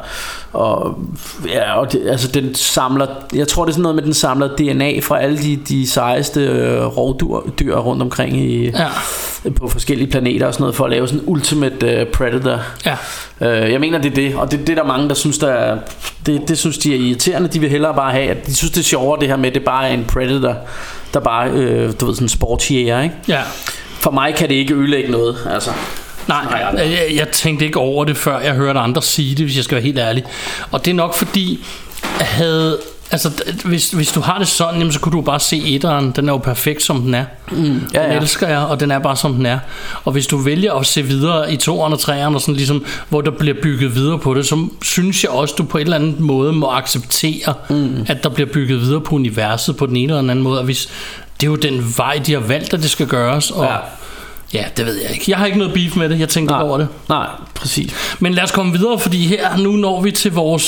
altså den samler, jeg tror det er sådan noget med, den samler DNA fra alle de sejeste rovdyr rundt omkring på forskellige planeter og sådan noget, for at lave sådan en ultimate Predator. Jeg mener det er det, og det er der mange, der synes det synes de er irriterende. De vil hellere bare have, at de synes det er sjovere det her med, at det bare er en Predator, der bare du ved, sådan en sportsjæger, ikke? For mig kan det ikke ødelægge noget, altså. Nej, jeg tænkte ikke over det, før jeg hørte andre sige det, hvis jeg skal være helt ærlig. Og det er nok fordi, altså, hvis du har det sådan, jamen, så kunne du bare se etteren. Den er jo perfekt, som den er. Den elsker jeg, og den er bare, som den er. Og hvis du vælger at se videre i 2'eren og 3'eren, og sådan ligesom, hvor der bliver bygget videre på det, så synes jeg også, du på en eller anden måde må acceptere, at der bliver bygget videre på universet på den ene eller den anden måde. Og hvis, det er jo den vej, de har valgt, at det skal gøres. Og ja, det ved jeg ikke. Jeg har ikke noget beef med det. Jeg tænkte over det. Nej, præcis. Men lad os komme videre, fordi her nu når vi til vores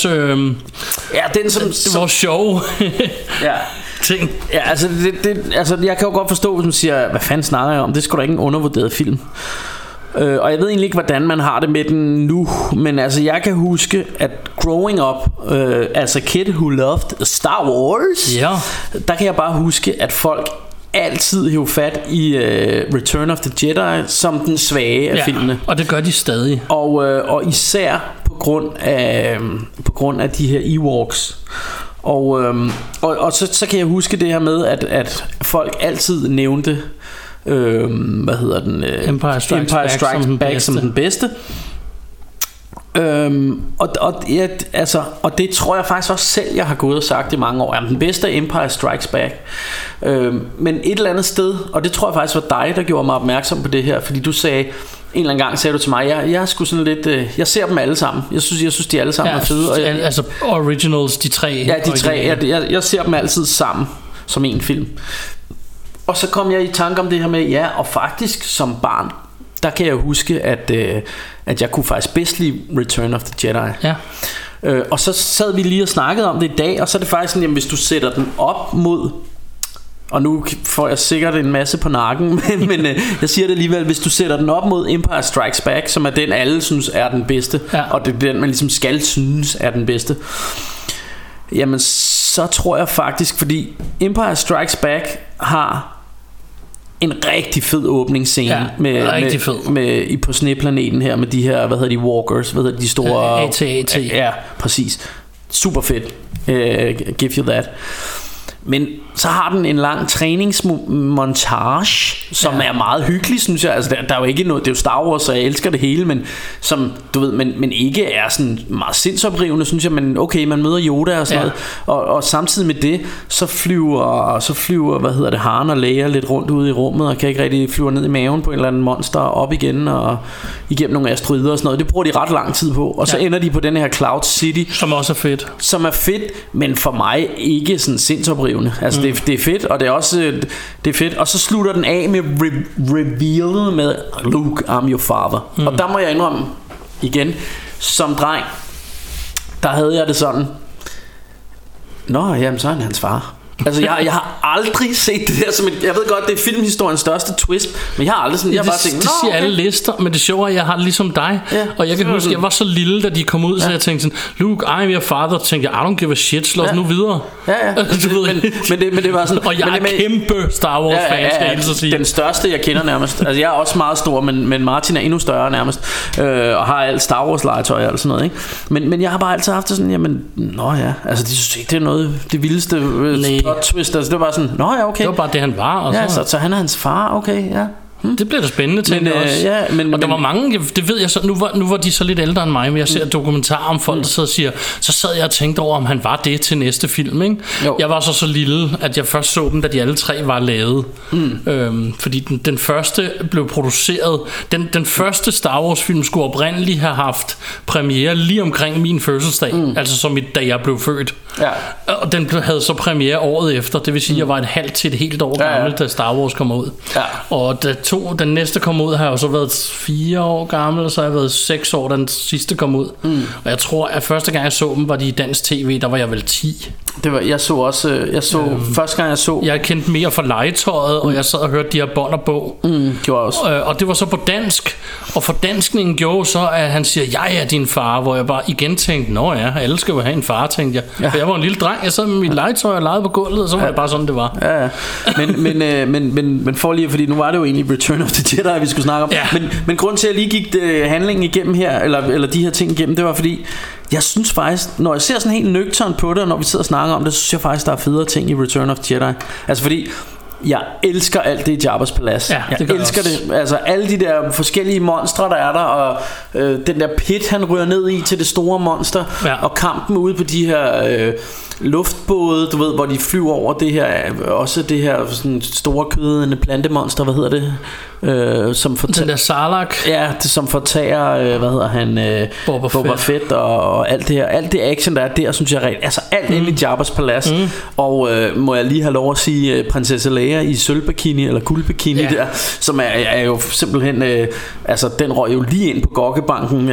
vores show. ting. Ja, altså, altså jeg kan jo godt forstå, hvis man siger, hvad fanden snakker jeg om? Det er sgu da ikke en undervurderet film. Og jeg ved egentlig ikke, hvordan man har det med den nu, men altså jeg kan huske, at growing up as a kid who loved Star Wars, der kan jeg bare huske, at folk altid hæve fat i Return of the Jedi som den svage af filmene. Og det gør de stadig. Og især på grund af de her Ewoks. Og så kan jeg huske det her med, at folk altid nævnte Empire Strikes Back som den bedste. Og det tror jeg faktisk også selv, jeg har gået og sagt i mange år. Jamen, den bedste er Empire Strikes Back. Men et eller andet sted, og det tror jeg faktisk var dig, der gjorde mig opmærksom på det her, fordi du sagde, en eller anden gang sagde du til mig, jeg er sgu sådan lidt, jeg ser dem alle sammen. Jeg synes de alle sammen er fede. Og altså originals, de tre. Ja, de tre. Jeg ser dem altid sammen som en film. Og så kom jeg i tanke om det her med, og faktisk som barn, der kan jeg huske, at jeg kunne faktisk bedst lide Return of the Jedi. Ja. Og så sad vi lige og snakkede om det i dag, og så er det faktisk sådan, jamen, hvis du sætter den op mod, og nu får jeg sikkert en masse på nakken, men jeg siger det alligevel, hvis du sætter den op mod Empire Strikes Back, som er den alle synes er den bedste, og det er den man ligesom skal synes er den bedste, jamen så tror jeg faktisk, fordi Empire Strikes Back har en rigtig fed åbningsscene med på sneplaneten her med de her, hvad hedder de, walkers, hvad hedder de store AT-AT. Ja, præcis. Super fedt. Give you that. Men så har den en lang træningsmontage, som er meget hyggelig, synes jeg. Altså der er jo ikke noget, det er jo Star Wars, så jeg elsker det hele, men som du ved, men ikke er sådan meget sindsoprivende, synes jeg. Men okay, man møder Yoda og sådan noget, og samtidig med det, så flyver hvad hedder det, Han og Leia lidt rundt ude i rummet, og kan ikke rigtig flyve ned i maven på en eller anden monster, op igen og igennem nogle asteroider og sådan noget. Det bruger de ret lang tid på, og så ender de på den her Cloud City, som også er fedt. Som er fedt, men for mig ikke sådan sindsoprivende. Altså det er fedt, og det er også det er fedt. Og så slutter den af med revealet med Luke, I'm your father. Og der må jeg indrømme igen, som dreng, der havde jeg det sådan, nå, jamen så er han hans far. Altså jeg har aldrig set det der som jeg ved godt, det er filmhistoriens største twist, men jeg har aldrig sådan, jeg bare tænkt, det siger alle lister, men det sjove er, at jeg har det ligesom dig, og jeg kan huske, jeg var så lille, da de kom ud, så jeg tænkte sådan, Luke, I'm your father, tænkte jeg, I don't give a shit, slå os nu videre. Men det var sådan, og jeg er kæmpe Star Wars fan, skal jeg sige. Den største jeg kender nærmest. Altså jeg er også meget stor, men Martin er endnu større nærmest, og har alt Star Wars legetøj og sådan noget, ikke? Men jeg har bare altid haft det sådan, jamen, altså de synes ikke det er noget det vildeste twist, altså det var bare sådan, nå ja, okay. Det var bare det han var, og så han er hans far, okay, ja. Det bliver da spændende, tænker jeg også. Og der var mange, det ved jeg så, nu var de så lidt ældre end mig, men jeg ser dokumentarer om folk, der sidder og siger, så sad jeg og tænkte over, om han var det til næste film, ikke? Jeg var så lille, at jeg først så dem, da de alle tre var lavet. Fordi den første blev produceret, den første Star Wars film skulle oprindeligt have haft premiere lige omkring min fødselsdag, altså som da jeg blev født. Og den havde så premiere året efter, det vil sige, at jeg var et halvt til et helt år gammel, da Star Wars kom ud. Og den næste kom ud, har jeg jo så været 4 år gammel, og så har jeg været 6 år, da den sidste kom ud. Og jeg tror, at første gang jeg så dem, var de i dansk tv, der var jeg vel 10. Første gang jeg så, jeg kendte mere for legetøjet, og jeg sad og hørte de her bånd og bog. Gjorde også. Og det var så på dansk, og fordanskningen gjorde så, at han siger, jeg er din far, hvor jeg bare igen tænkte, nå ja, alle skal jo have en far, tænkte jeg. For jeg var en lille dreng, jeg sad med mit legetøj og legede på gulvet, og så var det bare sådan, det var. Men for lige, fordi nu var det jo egentlig Return of the Jedi, vi skulle snakke om. Men grund til, at jeg lige gik handlingen igennem her, eller de her ting igennem, det var fordi, jeg synes faktisk, når jeg ser sådan helt nøgtern på det, og når vi sidder og snakker om det, så synes jeg faktisk, der er federe ting i Return of the Jedi. Altså fordi jeg elsker alt det i Jabba's palads. Jeg elsker det. Altså alle de der forskellige monstre, der er der, og den der pit, han rører ned i til det store monster, og kampen ude på de her luftbåde, du ved, hvor de flyver over det her, også det her sådan store kødende plantemonster, hvad hedder det? Som den der Sarlacc. Ja, det som fortager, hvad hedder han? Boba Fett og alt det her, alt det action der er der, synes jeg rent, altså alt ind i Jabba's palads. Og må jeg lige have lov at sige prinsesse Leia i sølvbikini eller guldbikini der, som er jo simpelthen altså den røg jo lige ind på gokkebanken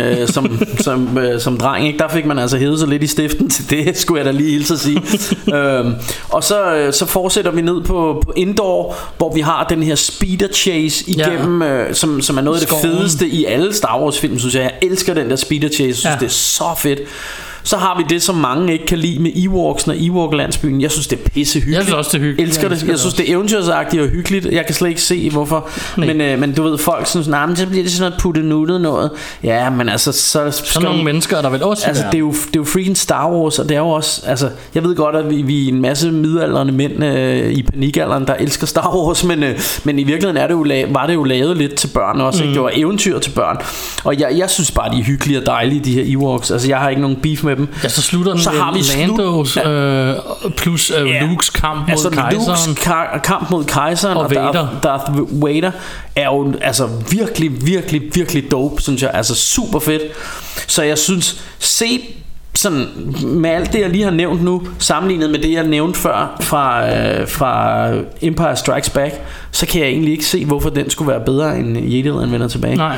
som dreng, ikke? Der fik man altså hævet sig lidt i stiften til det, skulle jeg da lige hilse at sige. Og så fortsætter vi ned på Endor, hvor vi har den her speeder chase igennem, som er noget af det fedeste i alle Star Wars film, synes jeg. Jeg elsker den der speeder chase, jeg synes det er så fedt. Så har vi det, som mange ikke kan lide med Ewoks'en og Ewok-landsbyen. Jeg synes det er pissehyggeligt. Jeg synes også det er hyggeligt. Elsker det. Jeg synes det er eventyrsagtigt og hyggeligt. Jeg kan slet ikke se hvorfor. Men du ved, folk synes, nej, men så bliver det sådan noget puttenuttet noget. Ja, men altså så nogle mennesker er der vel også. Altså det er jo freaking Star Wars, og det er jo også, altså jeg ved godt, at vi er en masse midaldrende mænd i panikalderen, der elsker Star Wars, men i virkeligheden var det jo lavet lidt til børn også, ikke? Det var eventyr til børn. Og jeg synes bare de er hyggelige og dejlige, de her Ewoks. Altså jeg har ikke nogen beef med med dem. Ja, så slutter den så har vi Landos plus Lukes kamp mod kejseren. Lukes kamp mod kejseren og Darth Vader er jo altså virkelig dope, synes jeg. Altså super fedt. Så jeg synes, se sådan med alt det jeg lige har nævnt nu, sammenlignet med det jeg nævnte før fra Empire Strikes Back, så kan jeg egentlig ikke se hvorfor den skulle være bedre end Jedi-ridderen vender tilbage. Nej.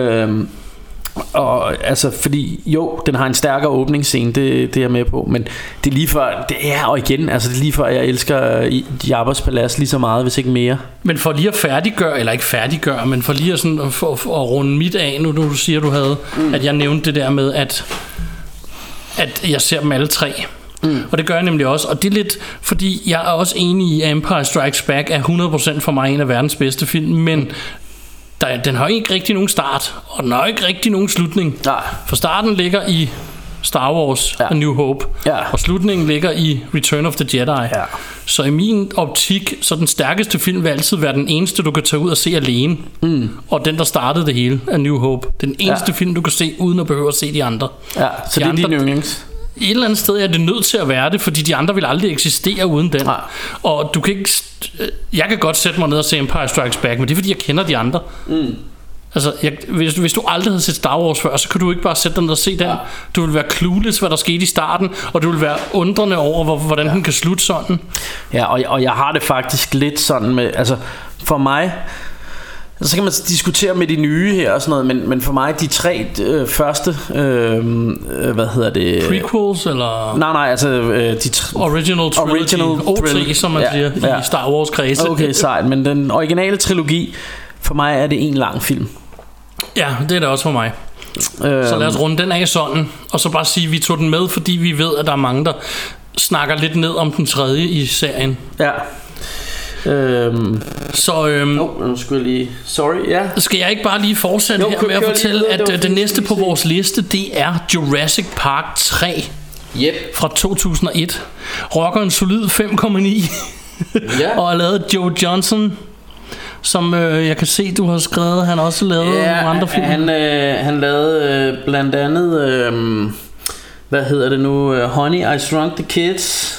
Og altså fordi jo, den har en stærkere åbningsscene, det er jeg med på, men det er lige før, det er og igen, altså det er lige før jeg elsker Jabba's palads lige så meget, hvis ikke mere. Men for lige at færdiggøre, eller ikke færdiggøre, men for lige at, sådan, at runde mit af, nu du siger du havde, at jeg nævnte det der med at jeg ser dem alle tre. Og det gør jeg nemlig også. Og det er lidt, fordi jeg er også enig i, at Empire Strikes Back er 100% for mig en af verdens bedste film, men den har ikke rigtig nogen start, og den har ikke rigtig nogen slutning. Nej. For starten ligger i Star Wars A New Hope, og slutningen ligger i Return of the Jedi. Så i min optik, så den stærkeste film vil altid være den eneste du kan tage ud og se alene, og den der startede det hele, A New Hope. Den eneste film du kan se uden at behøve at se de andre. Så de det er din yndlings. Et eller andet sted er det nødt til at være det, fordi de andre vil aldrig eksistere uden den. Og du kan ikke. Jeg kan godt sætte mig ned og se Empire Strikes Back, men det er fordi jeg kender de andre. Altså, hvis du aldrig havde set Star Wars før, så kan du ikke bare sætte dig ned og se den. Du vil være clueless, hvad der skete i starten, og du vil være undrende over, hvordan den kan slutte sådan. Ja, og jeg har det faktisk lidt sådan med, altså for mig, så kan man diskutere med de nye her og sådan noget, men for mig de tre første hvad hedder det? Prequels eller? Nej, altså de Original Trilogy, som man siger i Star Wars kredse. Okay, sejt, men den originale trilogi, for mig er det en lang film. Ja, det er det også for mig. Så lad os runde den af sådan, og så bare sige, at vi tog den med, fordi vi ved, at der er mange, der snakker lidt ned om den tredje i serien. Ja. Nu skulle jeg lige. Sorry, ja. Skal jeg ikke bare lige fortsætte her med at fortælle, at det næste på vores liste, det er Jurassic Park 3 fra 2001. Rocker en solid 5,9 og har lavet Joe Johnston, som jeg kan se du har skrevet. Han har også lavet andre film. Han lavede blandt andet hvad hedder det nu, Honey, I Shrunk the Kids.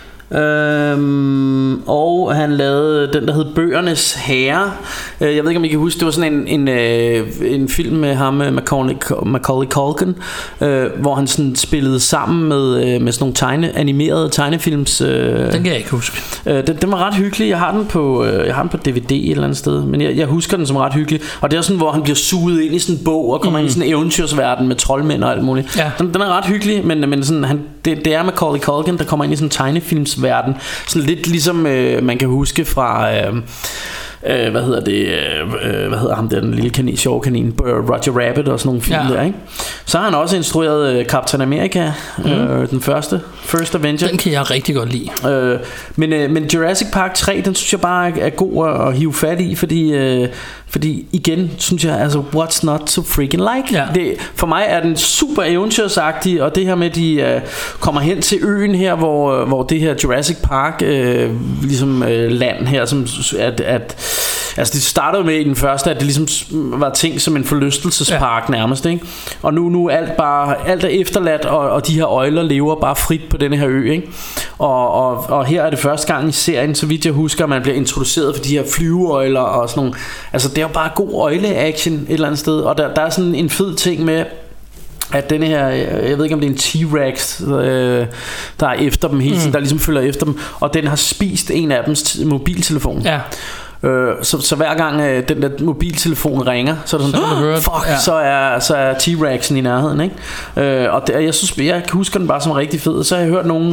Og han lavede den der hed Bøgernes Herre. Jeg ved ikke om I kan huske, det var sådan en film med ham, Macaulay Culkin, hvor han sådan spillede sammen med sådan nogle animerede tegnefilms. Den kan jeg ikke huske. Den var ret hyggelig. Jeg har den på DVD et eller andet sted, men jeg husker den som ret hyggelig. Og det er sådan, hvor han bliver suget ind i sådan en bog og kommer ind i sådan en eventyrsverden med troldmænd og alt muligt. Den er ret hyggelig, men sådan, det er Macaulay Culkin, der kommer ind i sådan en tegnefilmsverden, sådan lidt ligesom man kan huske fra hvad hedder ham der, den lille kanin, sjove kanin, Roger Rabbit og sådan nogle film der, ikke? Så har han også instrueret Captain America, den First Avenger. Den kan jeg rigtig godt lide. Men Jurassic Park 3, den synes jeg bare er god at hive fat i, fordi igen synes jeg, altså what's not to freaking like. Det, for mig er den super eventyrsagtig, og det her med at de kommer hen til øen her, hvor det her Jurassic Park ligesom land her, som altså det startede med i den første, at det ligesom var tænkt som en forlystelsespark nærmest, ikke? Og nu alt er efterladt, og de her øgler lever bare frit på denne her ø, ikke? Og her er det første gang i serien, så vidt jeg husker, man bliver introduceret for de her flyveøgler og sådan nogle. Altså det er jo bare god øgle-action et eller andet sted. Og der er sådan en fed ting med, at denne her, jeg ved ikke om det er en T-Rex, der er efter dem hele tiden, der ligesom følger efter dem, og den har spist en af dems mobiltelefon. Så hver gang den der mobiltelefon ringer, så er det sådan, så er T-Rexen i nærheden, ikke? Og jeg synes, jeg husker den bare som rigtig fed. Så har jeg hørt nogen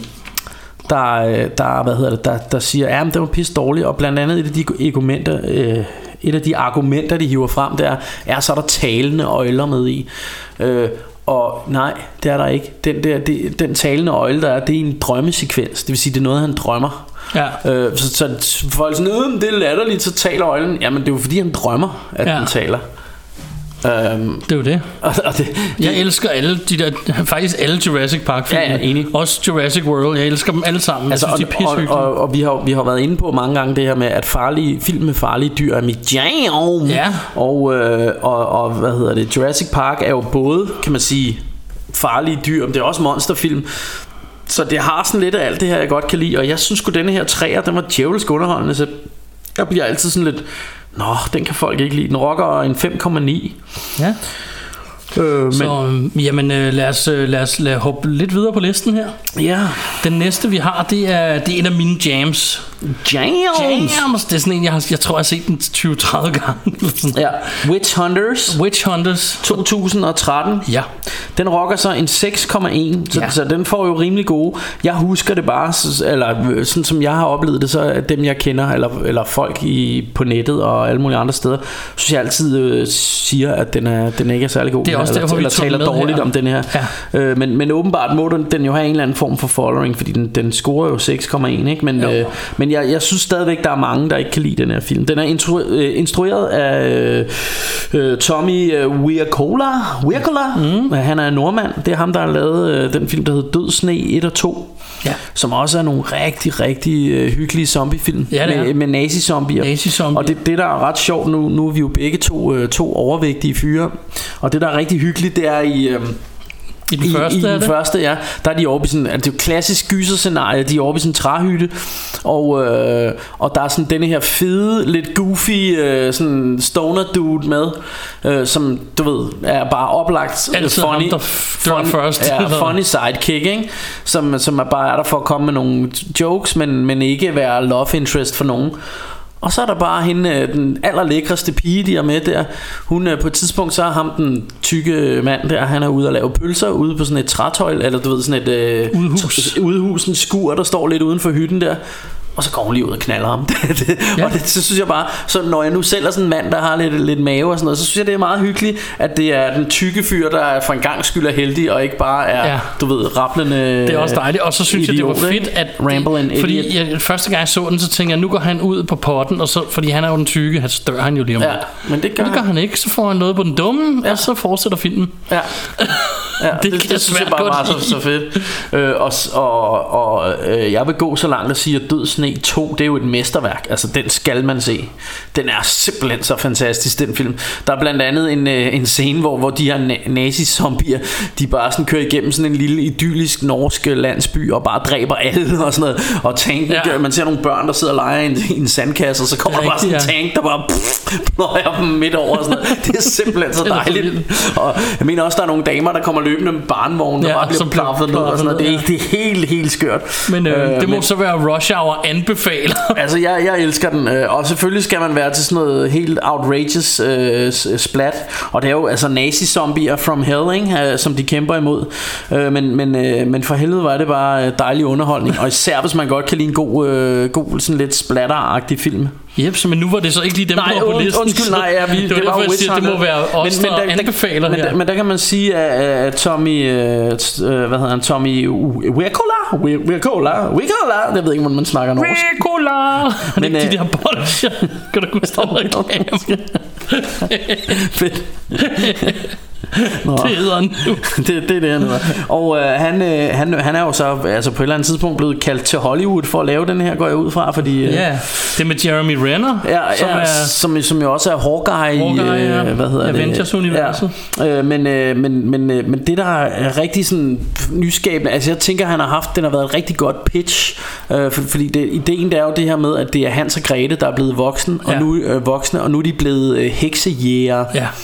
der siger, ja, men det var pisse dårligt, og blandt andet et af de argumenter, de hiver frem, der er så er der talende øgler med i. Og nej, det er der ikke. Den talende øgle, der er, det er en drømmesekvens. Det vil sige, det er noget, han drømmer. Så folk sådan, det er latterligt, så taler øjlen. Jamen, det er jo fordi, han drømmer, at den taler. Det er jo det. Jeg elsker alle de der, faktisk alle Jurassic Park film. Enig. Også Jurassic World. Jeg elsker dem alle sammen. Altså, jeg synes, de er pissehyggelige. Og vi har været inde på mange gange det her med, at film med farlige dyr er mit jam. Og hvad hedder det? Jurassic Park er jo både, kan man sige, farlige dyr, men det er også monsterfilm. Så det har sådan lidt af alt det her, jeg godt kan lide. Og jeg synes sgu, denne her 3'er, den var djævelsk underholdende. Så jeg bliver altid sådan lidt, den kan folk ikke lide. Den rocker en 5,9. Ja. Så jamen lad os hoppe lidt videre på listen her. Ja. Den næste vi har, det er en af mine jams. Det er sådan en jeg tror jeg har set den 20-30 gange. Ja. Witch Hunters 2013. Ja. Den rocker så en 6,1. Så den får jo rimelig gode. Jeg husker det bare, eller sådan som jeg har oplevet det, så er dem jeg kender, eller folk på nettet og alle mulige andre steder, synes jeg altid siger, at den ikke er særlig god. Det er også derfor, eller taler dårligt her om den her. Ja. Men åbenbart må den jo have en eller anden form for following, fordi den scorer jo 6,1, ikke? Men jeg synes stadigvæk, der er mange, der ikke kan lide den her film. Den er instrueret af Tommy Wirkola. Han er nordmand. Det er ham, der har lavet den film, der hedder Død Sne 1 og 2. Ja. Som også er nogle rigtig, rigtig hyggelige zombiefilm, med nazi-zombier. Og det der er ret sjovt, nu er vi jo begge to overvægtige fyre. Og det der er rigtig hyggeligt, det er i den første, ja, der er de oppe i sådan, altså det er jo klassisk gyserscenarie, de er oppe i sådan en træhytte, og der er sådan denne her fede, lidt goofy, sådan stoner dude med, som du ved, er bare oplagt funny sidekick, ikke? Som er bare der for at komme med nogle jokes, men ikke være love interest for nogen. Og så er der bare hende, den allerlækreste pige, de er med der. Hun på et tidspunkt, så er ham den tykke mand der, han er ude at lave pølser ude på sådan et trætøj, eller du ved, sådan et udhus, en skur, der står lidt uden for hytten der. Og så går hun lige ud og knaller ham. Og det, så synes jeg bare, så når jeg nu selv er sådan en mand, der har lidt mave og sådan noget, så synes jeg, det er meget hyggeligt, at det er den tykke fyr, der for en gang skyld er heldig, og ikke bare er, du ved, rablende. Det er også dejligt. Og så synes jeg, det var fedt, at fordi første gang jeg så den, så tænker jeg, nu går han ud på potten, og så, fordi han er jo den tykke, så dør han jo lige om lidt. Men det gør han ikke. Så får han noget på den dumme, og så fortsætter filmen. Ja. Det synes jeg bare var så fedt. Og jeg vil gå så langt at sige, at Død Sne 2, det er jo et mesterværk. Altså den skal man se. Den er simpelthen så fantastisk, den film. Der er blandt andet en scene, hvor de her nazi-zombier, de bare sådan kører igennem sådan en lille idyllisk norsk landsby og bare dræber alle og sådan noget. Og tanken, man ser nogle børn, der sidder og leger i en sandkasse, og så kommer der bare sådan en tank, der bare pløjer dem midt over og sådan noget. Det er simpelthen så dejligt. Og jeg mener også, der er nogle damer, der kommer løbende med barnvognen, der bare bliver plaffet ned og sådan noget. Det er helt skørt. Men det må så være Rush Hour anbefaler. Altså jeg elsker den. Og selvfølgelig skal man være til sådan noget helt outrageous splat. Og det er jo altså nazi-zombier from hell, ikke? Som de kæmper imod. Men for helvede var det bare dejlig underholdning. Og især hvis man godt kan lide en god sådan lidt splatter-agtig film. Jep, men nu var det så ikke lige dem, der var på listen. Undskyld, nej, det var jo det må være os, der anbefaler her. Men der kan man sige, at Tommy, hvad hedder han, Tommy Wirkola, det ved ikke, hvordan man snakker norsk. Wirkola! Men de der bolsjer, kan du huske den reklame? Fedt. Det hedder han nu. Det er det, han hedder. Og han er jo så altså på et eller andet tidspunkt blevet kaldt til Hollywood for at lave den her, går jeg ud fra, fordi det med Jeremy Renner, som jo også er Hawkeye, hvad hedder Avengers-universet. Men det der er rigtig sådan nyskabende, altså jeg tænker, den har været et rigtig godt pitch, fordi ideen det er jo det her med, at det er Hans og Grete, der er blevet voksne, og nu er de blevet heksejæger.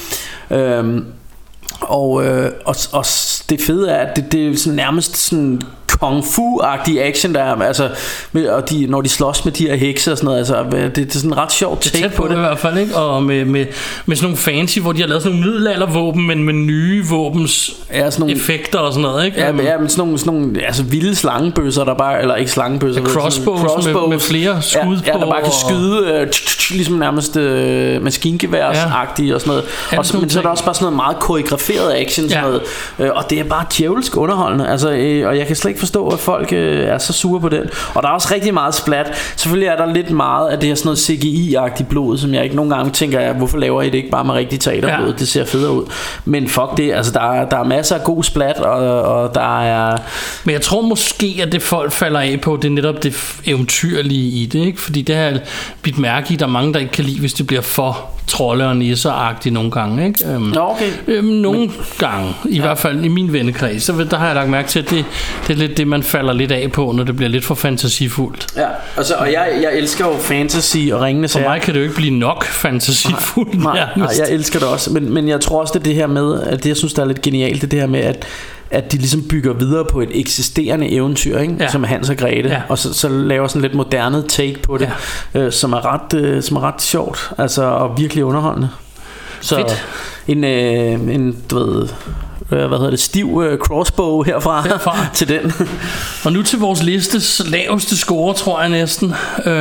Og det fede er, at det er sådan nærmest sådan kung fu-agtig action, der er, altså, og når de slås med de her hekse og sådan noget, altså, det er sådan en ret sjovt take på det. I hvert fald, ikke? Og med sådan nogle fancy, hvor de har lavet sådan nogle middelaldervåben, men med nye våbens effekter og sådan noget, ikke? Men sådan nogle altså vilde slangebøsser, der bare, eller ikke slangebøsser, crossbows med flere skud på. Ja, der bare kan skyde, ligesom nærmest maskingeværs-agtige og sådan noget. Men så er der også bare sådan noget meget koreograferet action, sådan noget, og det er bare djævelsk underholdende, altså, og jeg kan slet ikke forstå, at folk er så sure på den. Og der er også rigtig meget splat. Selvfølgelig er der lidt meget af det her sådan noget CGI-agtigt blod, som jeg ikke nogle gange tænker, hvorfor laver I det ikke bare med rigtig teaterblod? Det ser federe ud. Men fuck det, altså der er masser af god splat, og der er... Men jeg tror måske, at det folk falder af på, det er netop det eventyrlige i det, ikke? Fordi det her bidt mærke i, der er mange, der ikke kan lide, hvis det bliver for trolde og nisser-agtig nogle gange, ikke? Nogle gange, i hvert fald i min vennekreds, så der har jeg lagt mærke til, at det er lidt det, man falder lidt af på, når det bliver lidt for fantasifuldt. Ja, altså, og jeg elsker jo fantasy og ringende sager. For mig kan det jo ikke blive nok fantasifuldt. Nej, jeg elsker det også, men jeg tror også, det her med, at det, jeg synes, der er lidt genialt, det her med, at de ligesom bygger videre på et eksisterende eventyr, ikke? Ja. Som Hans og Grete, og så laver sådan lidt moderne take på det, som er ret sjovt, altså, og virkelig underholdende. Så fedt. En du ved, stiv crossbow herfra til den. Og nu til vores listes laveste score, tror jeg næsten.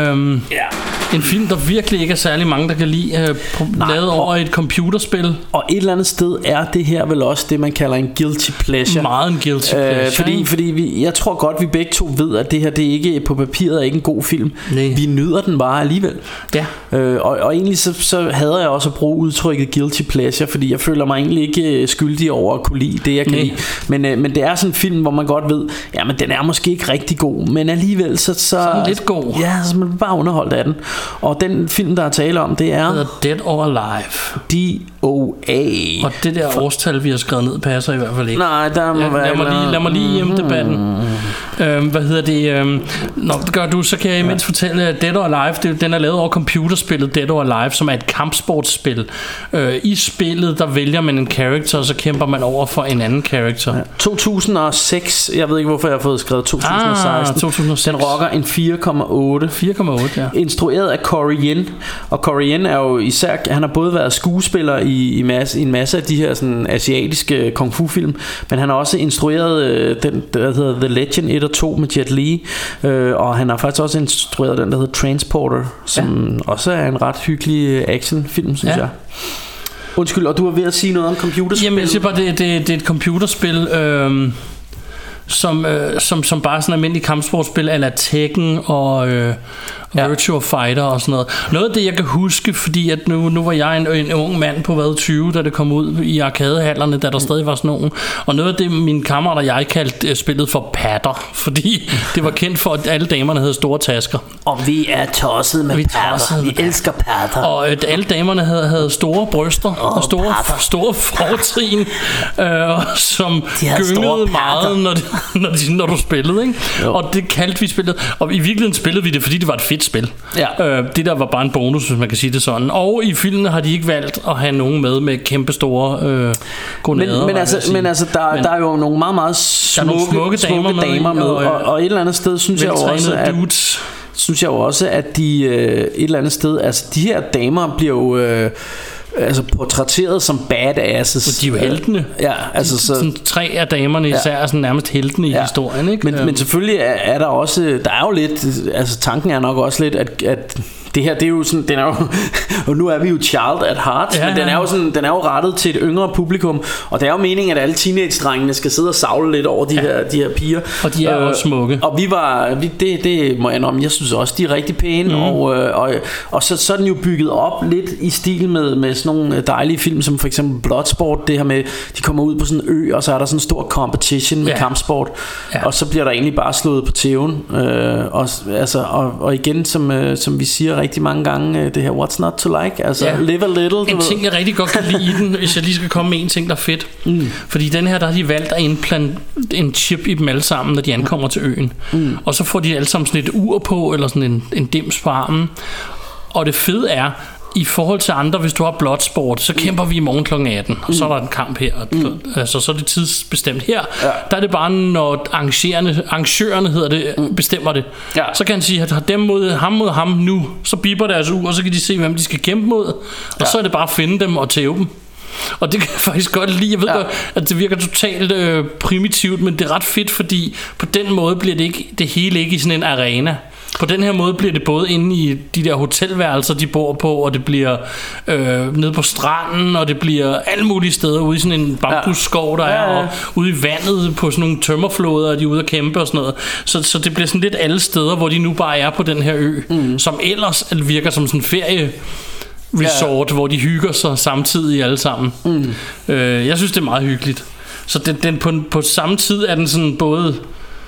En film, der virkelig ikke er særlig mange, der kan lide, lavet over et computerspil. Og et eller andet sted er det her vel også det, man kalder en guilty pleasure. Meget en guilty pleasure. Fordi jeg tror godt, vi begge to ved, at det her, det er ikke på papiret er ikke en god film. Nej. Vi nyder den bare alligevel. Ja. Og egentlig så hader jeg også at bruge udtrykket guilty pleasure, fordi jeg føler mig egentlig ikke skyldig over at kunne lide det, jeg kan lide. Men det er sådan en film, hvor man godt ved, jamen den er måske ikke rigtig god, men alligevel så lidt god. Ja, så man bare underholdt af den. Og den film, der er tale om, det er Dead or Alive. DOA. Og det der årstal, vi har skrevet ned, passer i hvert fald ikke. Nej, der må være... Lad mig lige hjemme debatten. Hvad hedder det? Nå, det gør du, så kan jeg imens fortælle, at Dead or Alive, den er lavet over computerspillet Dead or Alive, som er et kampsportsspil. I spillet, der vælger man en character, og så kæmper man over for en anden character. 2006, jeg ved ikke, hvorfor jeg har fået skrevet 2016. 2006. Den rocker en 4,8. 4,8, ja. Instrueret af Corey Yen. Og Corey Yen er jo især, han har både været skuespiller i en masse af de her sådan asiatiske kung fu film, men han har også instrueret den der hedder The Legend 1 og 2 med Jet Li, og han har faktisk også instrueret den der hedder Transporter, som også er en ret hyggelig actionfilm, synes jeg. Undskyld, og du er ved at sige noget om computerspil? Jamen jeg siger bare, det er et computerspil, som bare sådan almindelig kampsportspil eller Tekken og Virtua Fighter og sådan noget. Noget af det jeg kan huske, fordi at nu var jeg en ung mand på 20, da det kom ud i arkadehallerne, da der stadig var sådan nogen. Og noget af det mine kammerater og jeg kaldte spillet for patter, fordi det var kendt for at alle damerne havde store tasker. Og vi er tosset med patter. Vi elsker patter. Og alle damerne havde store bryster og store fortrin, som gyngede meget når du spillede, ikke? Og det kaldte vi spillet. Og i virkeligheden spillede vi det, fordi det var et fedt spil. Det der var bare en bonus, hvis man kan sige det sådan. Og i filmen har de ikke valgt at have nogen med kæmpe store gonader. Men der er jo nogle meget, meget smukke damer med. Og et eller andet sted synes jeg jo også, at de et eller andet sted, altså de her damer bliver jo portrætteret som badasses. De er jo heltene. Ja, altså sådan 3 af damerne især er sådan nærmest heltene i historien, ikke? Men selvfølgelig er der også, der er jo lidt, altså tanken er nok også lidt at det her, det er jo sådan, den er jo og nu er vi jo child at heart, men den er jo rettet til et yngre publikum, og det er jo meningen, at alle teenage-drengene skal sidde og savle lidt over de her piger. Og de er jo smukke. Og det må jeg indrømme, jeg synes også, de er rigtig pæne, og så er den jo bygget op lidt i stil med sådan nogle dejlige film, som for eksempel Bloodsport, det her med, de kommer ud på sådan en ø, og så er der sådan en stor competition med kampsport, og så bliver der egentlig bare slået på tæven, og igen, som vi siger rigtig mange gange, det her what's not to like, altså live a little. En ting jeg rigtig godt kan lide i den, hvis jeg lige skal komme med en ting der er fedt, fordi den her, der har de valgt at indplante en chip i dem alle sammen, når de ankommer til øen, og så får de alle sammen sådan et ur på, eller sådan en dims på armen, og det fede er, i forhold til andre, hvis du har Bloodsport, så kæmper vi i morgen kl. 18, og så er der en kamp her, altså så er det tidsbestemt her. Der er det bare, når arrangørerne hedder det, bestemmer det. Så kan han sige, at dem mod ham nu, så bipper deres ur, og så kan de se, hvem de skal kæmpe mod, og så er det bare at finde dem og tæve dem. Og det kan jeg faktisk godt lide. Jeg ved godt, at det virker totalt primitivt, men det er ret fedt, fordi på den måde bliver det hele ikke i sådan en arena. På den her måde bliver det både inde i de der hotelværelser, de bor på, og det bliver nede på stranden, og det bliver alle mulige steder ude i sådan en bambusskov, der er, og ude i vandet på sådan nogle tømmerfloder, de er ude at kæmpe og sådan noget. Så det bliver sådan lidt alle steder, hvor de nu bare er på den her ø, som ellers virker som sådan en ferie-resort, hvor de hygger sig samtidig alle sammen. Jeg synes, det er meget hyggeligt. Så den på samme tid er den sådan både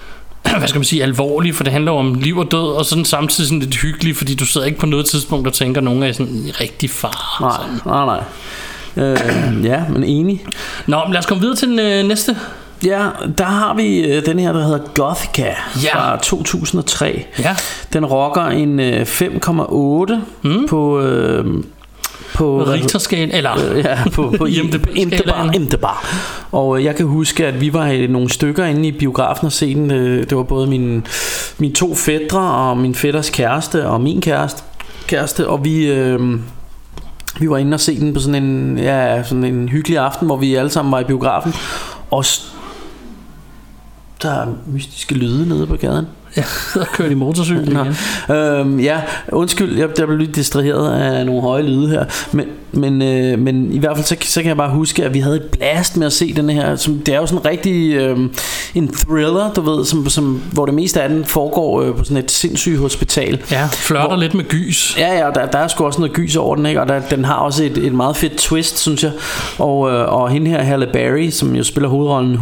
hvad skal man sige, alvorlig, for det handler om liv og død, og sådan samtidig sådan lidt hyggelig, fordi du sidder ikke på noget tidspunkt og tænker, at nogen er sådan rigtig far. Nej. Ja, men enig. Nå, men lad os komme videre til den næste. Ja, der har vi den her, der hedder Gothika fra 2003. Ja. Den rocker en 5,8 på Richterskala, eller på IMDb. Og jeg kan huske, at vi var nogle stykker inde i biografen og se den. Det var både mine 2 fætre og min fætters kæreste og min kæreste, og vi var inde og se den på sådan en hyggelig aften, hvor vi alle sammen var i biografen. Og der er mystiske lyde nede på gaden. Ja, der kører de motorcykel igen. Ja, undskyld, jeg blev lidt distraheret af nogle høje lyde her. Men i hvert fald så kan jeg bare huske, at vi havde et blast med at se den her. Det er jo sådan rigtig en thriller, du ved, hvor det meste af den foregår på sådan et sindssygt hospital. Ja, flirter lidt med gys. Ja, der er sgu også noget gys over den, ikke? Og den har også et meget fedt twist, synes jeg. Og hende her, Halle Berry, som jo spiller hovedrollen,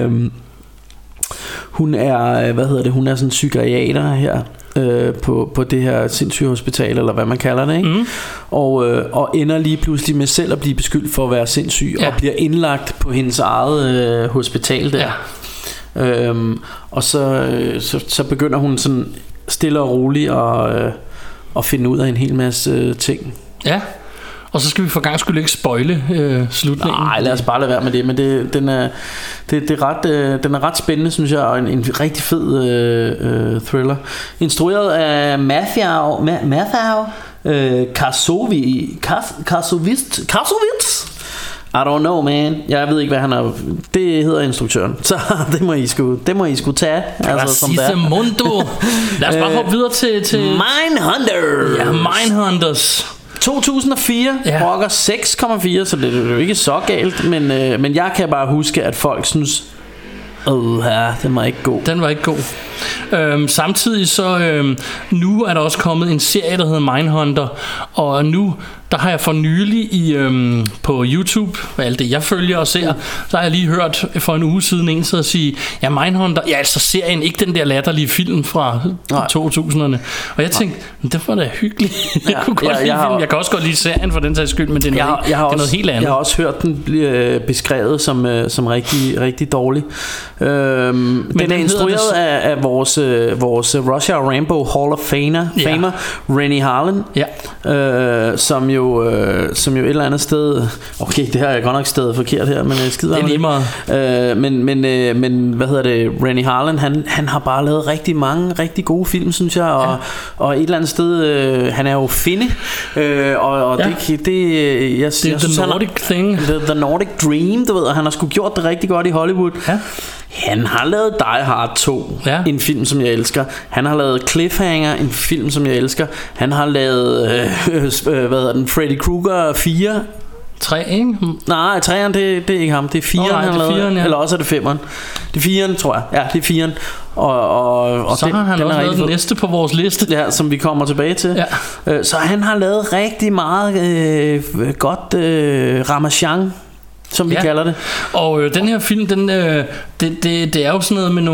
hun er, hun er sådan en psykiater her på det her sindssyge hospital, eller hvad man kalder det, ikke? Og ender lige pludselig med selv at blive beskyldt for at være sindssyg, og bliver indlagt på hendes eget hospital der. Og så begynder hun sådan stille og roligt at finde ud af en hel masse ting. Ja. Og så skal vi for gang skyld ikke spoile slutningen. Nej, lad os bare lade være med det. Men den er ret spændende, synes jeg, og en rigtig fed thriller. Instrueret af Matthew Kassovitz. I don't know, man. Jeg ved ikke, hvad han er. Det hedder instruktøren. Så det må I sgu tage. Altså, som det mundo. Lad os bare hoppe videre til Mindhunters. Ja, Mindhunters. 2004, rocker 6,4, så det er jo ikke så galt, men jeg kan bare huske, at folk synes, den var ikke god. Den var ikke god. Samtidig så nu er der også kommet en serie, der hedder Mindhunter, og nu der har jeg for nylig på YouTube, med alt det jeg følger og ser, så har jeg lige hørt for en uge siden en så sige, ja, Mindhunter, ja, altså serien, ikke den der latterlige film fra 2000'erne. Og jeg tænkte, det var da hyggeligt. Jeg kunne godt lide filmen. Jeg kan også godt lide serien for den sags skyld, men det er noget helt andet. Jeg har også hørt den blive beskrevet som rigtig, rigtig dårlig. Den er instrueret af vores Russia Rambo Hall of Famer Rennie Harlin, som jo et eller andet sted, okay, det har jeg godt nok stedet forkert her, men skider det er lige meget. Men hvad hedder det, Rennie Harlin, han har bare lavet rigtig mange rigtig gode film, synes jeg, og et eller andet sted, han er jo finne, og det jeg synes, the Nordic thing, the Nordic dream, du ved, og han har sgu gjort det rigtig godt i Hollywood. Han har lavet Die Hard 2, en film som jeg elsker. Han har lavet Cliffhanger, en film som jeg elsker. Han har lavet Freddy Krueger 4. 3, ikke? Nej, 3'eren det er ikke ham. Det er 4'eren, han har lavet. Eller også er det 5'eren. Det er 4'eren, tror jeg. Ja, det er 4'eren. Og så har han også lavet den næste på vores liste. Ja, som vi kommer tilbage til. Så han har lavet rigtig meget godt Ramachan, som vi kalder det. Og den her film, det er jo sådan noget med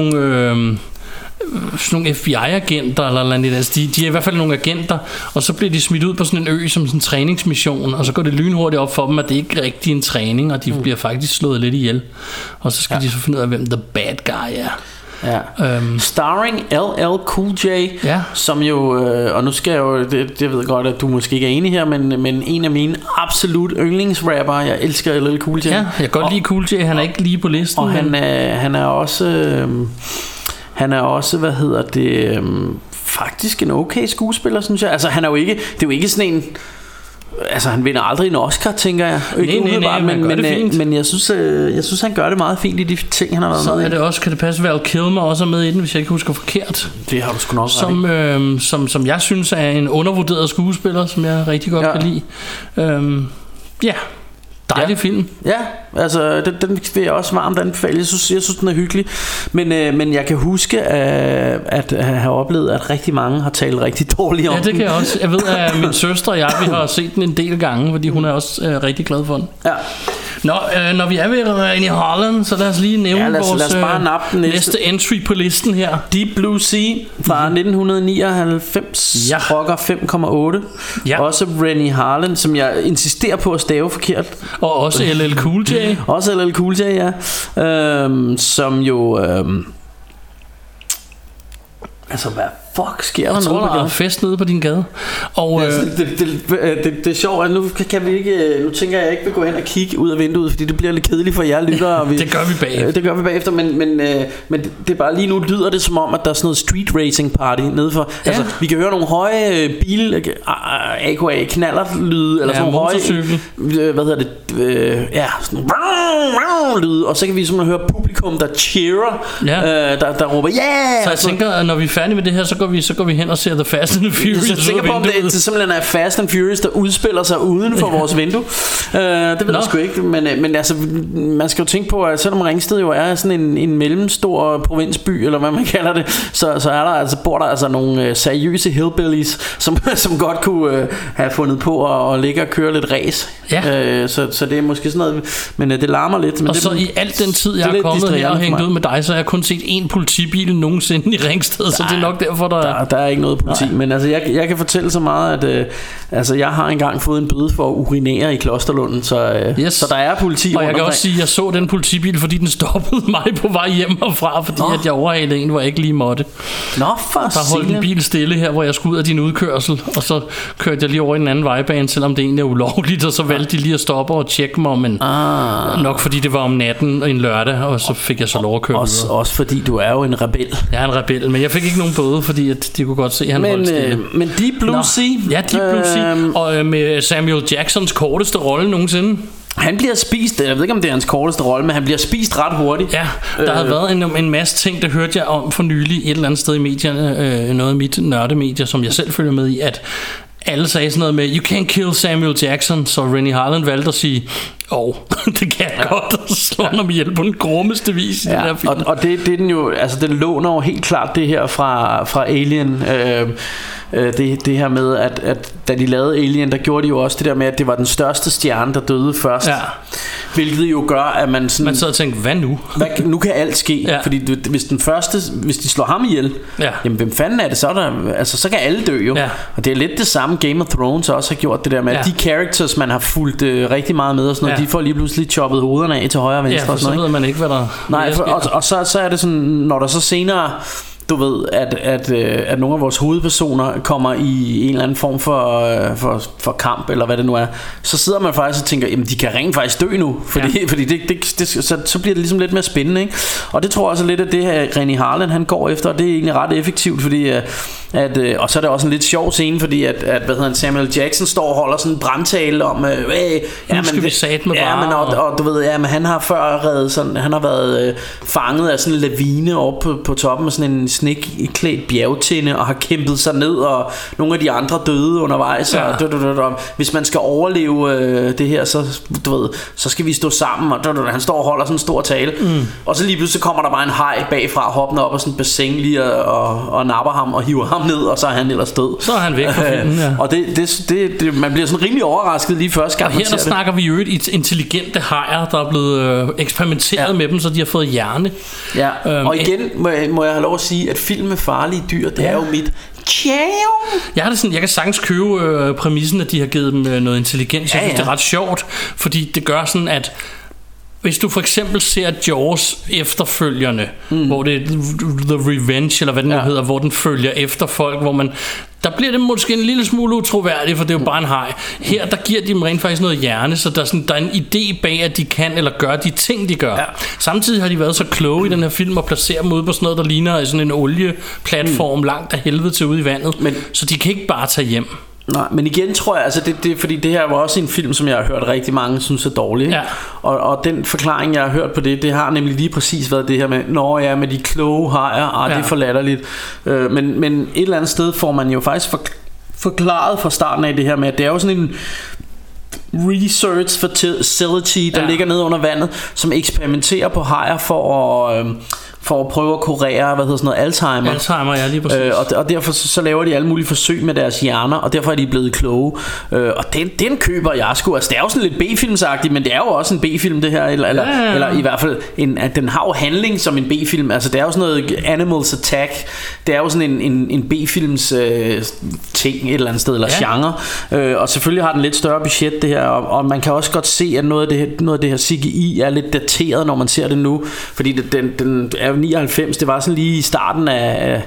nogle FBI-agenter eller andet. De er i hvert fald nogle agenter, og så bliver de smidt ud på sådan en ø som sådan en træningsmission, og så går det lynhurtigt op for dem, at det ikke er rigtig en træning, og de bliver faktisk slået lidt ihjel. Og så skal de så finde ud af, hvem the bad guy er. Starring LL Cool J, som jo og nu skal jeg jo det ved godt, at du måske ikke er enig her, men en af mine absolut yndlingsrapper. Jeg elsker LL Cool J. Jeg kan godt lide Cool J. Han er ikke lige på listen, og han er også hvad hedder det, faktisk en okay skuespiller, synes jeg. Altså han er jo ikke, det er jo ikke sådan en, altså han vinder aldrig en Oscar, tænker jeg. Men jeg synes han gør det meget fint i de ting han har været med. Så er det også, kan det passe, Val Kilmer også er med i den, hvis jeg ikke husker forkert. Det har du sgu nok som jeg synes er en undervurderet skuespiller, som jeg rigtig godt kan lide. Dejlig film. Ja, altså den vil jeg også varmt anbefale. Jeg synes den er hyggelig. Men jeg kan huske at have oplevet, at rigtig mange har talt rigtig dårligt om den. Ja, det kan jeg også. Jeg ved, at min søster og jeg, vi har set den en del gange, fordi hun er også rigtig glad for den. Når vi er ved Rennie Harlin, så lad os lige nævne vores næste entry på listen her. Deep Blue Sea fra 1999, rocker 5,8. Også Rennie Harlin, som jeg insisterer på at stave forkert. Og også LL Cool J. Også LL Cool J, ja. Som jo... altså, hvad fuck sker der nu? Jeg tror, der er fest nede på din gade. Og, det er sjovt, at nu kan vi ikke. Nu tænker jeg ikke vil gå hen og kigge ud af vinduet, fordi det bliver lidt kedeligt for jer lyttere. Det gør vi bagefter. Det gør vi bagefter, men det er bare lige nu lyder det som om, at der er sådan noget street racing party nede for. Ja. Altså, vi kan høre nogle høje bil, AKA knallerlyde, eller sådan nogle høje, hvad hedder det, sådan lyde, og så kan vi simpelthen høre publikum, der cheerer, der råber, yeah! Så jeg tænker, at når vi er færdige med det her, så går vi hen og ser The Fast and the Furious. Jeg tænker på, om det simpelthen er Fast and Furious, der udspiller sig uden for vores vindue. Det ved jeg sgu ikke, men altså, man skal jo tænke på, at selvom Ringsted jo er sådan en mellemstor provinsby, eller hvad man kalder det, så er der altså, bor der altså nogle seriøse hillbillies, som godt kunne have fundet på at ligge og køre lidt race. Ja. Så det er måske sådan noget, men det larmer lidt. Men og så i al den tid, jeg er kommet her og hængt ud med dig, så har jeg kun set én politibil nogensinde i Ringsted, så det er nok derfor, der er ikke noget politi. Men altså, jeg kan fortælle så meget, at altså, jeg har engang fået en bøde for at urinere i Klosterlunden, så der er politi. Og jeg kan også sige, at jeg så den politibil, fordi den stoppede mig på vej hjem herfra, fordi at jeg overhalede en, hvor jeg ikke lige måtte. Nå, for der holdt en bil stille her, hvor jeg skulle ud af din udkørsel, og så kørte jeg lige over i den anden vejbane, selvom det egentlig er ulovligt, og så valgte de lige at stoppe og tjekke mig, men nok fordi det var om natten en lørdag, og så fik jeg så lov at køre videre. Også fordi du er jo en rebel. Jeg er en rebel, men jeg fik ikke nogen bøde, fordi at de kunne godt se, at han holdt stille. Men Deep Blue Sea. Ja, Deep Blue Sea. Og med Samuel Jacksons korteste rolle nogensinde. Han bliver spist, jeg ved ikke om det er hans korteste rolle, men han bliver spist ret hurtigt. Ja, der har været en masse ting, det hørte jeg om for nylig et eller andet sted i medierne, noget af mit nørdemedier, som jeg selv følger med i, at alle sagde sådan noget med, you can't kill Samuel Jackson, så Rennie Harlin valgte at sige, det kan jeg godt, og så slår han ham ihjel på den grummeste vis i den her film. Og det er den jo, altså det låner jo helt klart det her fra Alien, det her med, at da de lavede Alien, der gjorde de jo også det der med, at det var den største stjerne, der døde først. Ja. Hvilket jo gør, at man sådan... Man så tænker, hvad nu? Nu kan alt ske, fordi hvis de slår ham ihjel, jamen hvem fanden er det så der? Altså så kan alle dø jo. Ja. Og det er lidt det samme Game of Thrones også har gjort det der med, at de characters, man har fulgt rigtig meget med og sådan noget, de får lige pludselig choppet hovederne af til højre og venstre. Ja, for så ved man ikke, hvad der... Nej, og så er det sådan, når der så senere... Du ved, at nogle af vores hovedpersoner kommer i en eller anden form for kamp, eller hvad det nu er, så sidder man faktisk og tænker, jamen de kan rent faktisk dø nu, fordi så bliver det ligesom lidt mere spændende, ikke? Og det tror jeg også lidt, at det her Rennie Harlin, han går efter, og det er egentlig ret effektivt, fordi og så er det også en lidt sjov scene, fordi at hvad hedder han, Samuel Jackson står og holder sådan en brandtale om, og du ved, men han har før reddet sådan, han har været fanget af sådan en lavine oppe på toppen af sådan en sneklædt bjergtinde og har kæmpet sig ned, og nogle af de andre døde undervejs, og hvis man skal overleve det her, så du ved, så skal vi stå sammen, og han står og holder sådan en stor tale, og så lige pludselig kommer der bare en haj bagfra, hoppende op og sådan en bassin lige og napper ham og hiver ham ned, og så er han ellers død. Så er han væk fra filmen, ja. Og det man bliver sådan rimelig overrasket lige første gang. Og her der snakker vi jo i intelligente hajer, der er blevet eksperimenteret med dem, så de har fået hjerne. Ja. Og igen må jeg have lov at sige, at film med farlige dyr, det er jo mit jeg kan sagtens købe præmissen, at de har givet dem noget intelligens. Jeg synes, det er ret sjovt, fordi det gør sådan, at hvis du for eksempel ser Jaws efterfølgerne, hvor det er The Revenge, eller hvad den nu hedder, hvor den følger efter folk, hvor man... Der bliver det måske en lille smule utroværdigt, for det er jo bare en haj. Her, der giver de dem rent faktisk noget hjerne, så der er en idé bag, at de kan eller gør de ting, de gør. Ja. Samtidig har de været så kloge i den her film og placere dem ude på sådan noget, der ligner sådan en olieplatform langt af helvede til ude i vandet. Så de kan ikke bare tage hjem. Nej, men igen tror jeg, altså det fordi det her var også en film, som jeg har hørt rigtig mange synes er dårlig. Ja. Og den forklaring, jeg har hørt på det har nemlig lige præcis været det her med, med de kloge hajer, det er for latterligt. Men et eller andet sted får man jo faktisk forklaret fra starten af det her med, at det er jo sådan en research facility, der ligger nede under vandet, som eksperimenterer på hajer for at prøve at kurere, Alzheimer, ja, lige præcis. Og derfor så laver de alle mulige forsøg med deres hjerner, og derfor er de blevet kloge. Og den køber jeg sgu. Altså, det er jo sådan lidt B-filmsagtigt, men det er jo også en B-film, det her. Eller i hvert fald, at den har jo handling som en B-film. Altså, det er jo sådan noget Animals Attack. Det er jo sådan en B-films ting et eller andet sted, eller genre. Og selvfølgelig har den lidt større budget, det her. Og man kan også godt se, at noget af det her CGI er lidt dateret, når man ser det nu. Fordi den er jo 99, det var sådan lige i starten af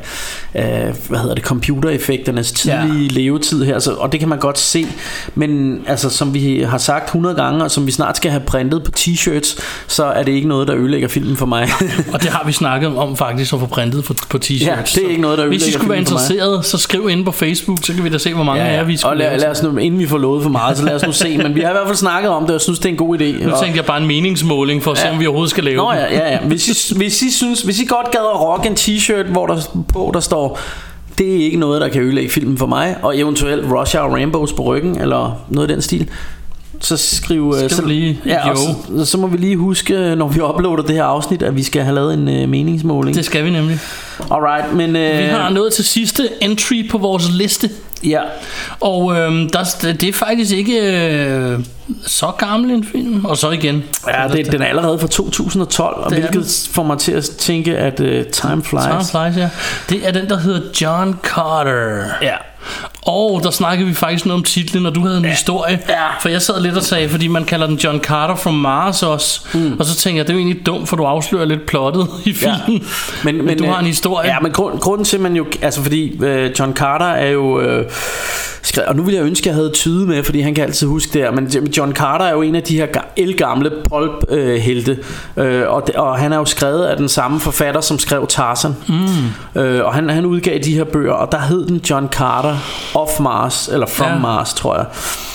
computereffekternes tidlige levetid her, og det kan man godt se. Men altså, som vi har sagt 100 gange, og som vi snart skal have printet på t-shirts, så er det ikke noget, der ødelægger filmen for mig. Og det har vi snakket om faktisk, at få printet på t-shirts. Ja, det er ikke noget, der ødelægger. Hvis I skulle være interesseret, så skriv ind på Facebook, så kan vi da se, hvor mange af jer vi skulle. Og lad os nu, inden vi får lovet for meget, så lad os nu se. Men vi har i hvert fald snakket om det, og jeg synes, det er en god idé. Nu tænkte jeg bare en meningsmåling for at se, om vi overhovedet skal lave den. Ja. Hvis I godt gad at rocke en t-shirt, hvor der står, det er ikke noget, der kan ødelægge filmen for mig, og eventuelt Rush Hour Rambos på ryggen, eller noget i den stil, så skriv lige så må vi lige huske, når vi uploader det her afsnit, at vi skal have lavet en meningsmåling. Det skal vi nemlig. Alright, men vi har nået til sidste entry på vores liste. Ja. Og det er faktisk ikke så gammel en film. Og så igen, den er allerede fra 2012, og hvilket får mig til at tænke, at Time Flies. Time Flies, ja. Det er den, der hedder John Carter. Ja. Og der snakkede vi faktisk noget om titlen, og du havde en historie. For jeg sad lidt og sagde, fordi man kalder den John Carter from Mars også. Og så tænkte jeg, det er jo egentlig dumt, for du afslører lidt plottet i filmen. Men du har en historie. Ja, men grunden til man jo, altså fordi John Carter er jo og nu vil jeg ønske, at jeg havde tydet med, fordi han kan altid huske det her. Men John Carter er jo en af de her elgamle pulp-helte, og han er jo skrevet af den samme forfatter, som skrev Tarzan. Og han udgav de her bøger, og der hed den John Carter of Mars, eller From Mars, tror jeg.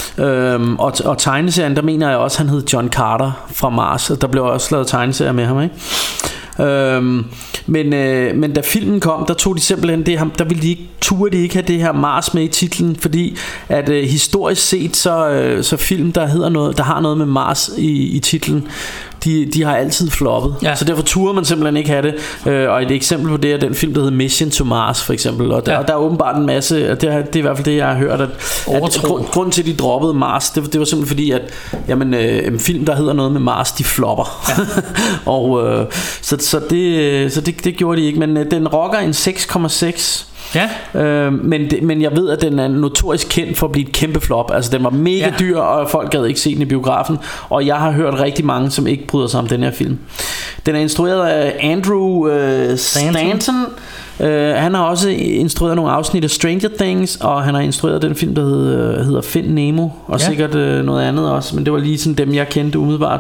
Og tegneserien, der mener jeg også, han hed John Carter fra Mars, og der blev også lavet tegneserier med ham, ikke? Men da filmen kom, der tog de simpelthen det her, der ville de ikke have det her Mars med i titlen, fordi at historisk set så film der har noget med Mars i titlen, de har altid floppet. Så derfor turde man simpelthen ikke have det. Og et eksempel på det er den film, der hedder Mission to Mars, for eksempel. Og der er åbenbart en masse, og det er i hvert fald det, jeg har hørt, at grunden til, at de droppede Mars, det var simpelthen fordi, at en film, der hedder noget med Mars, de flopper. Og så det gjorde de ikke. Men den rocker en 6,6. Ja. Men jeg ved, at den er notorisk kendt for at blive et kæmpe flop. Altså den var mega dyr, og folk gad ikke se den i biografen. Og jeg har hørt rigtig mange, som ikke bryder sig om den her film. Den er instrueret af Andrew Stanton. Han har også instrueret nogle afsnit af Stranger Things, og han har instrueret den film, der hedder Find Nemo, og sikkert noget andet også, men det var lige sådan dem, jeg kendte umiddelbart.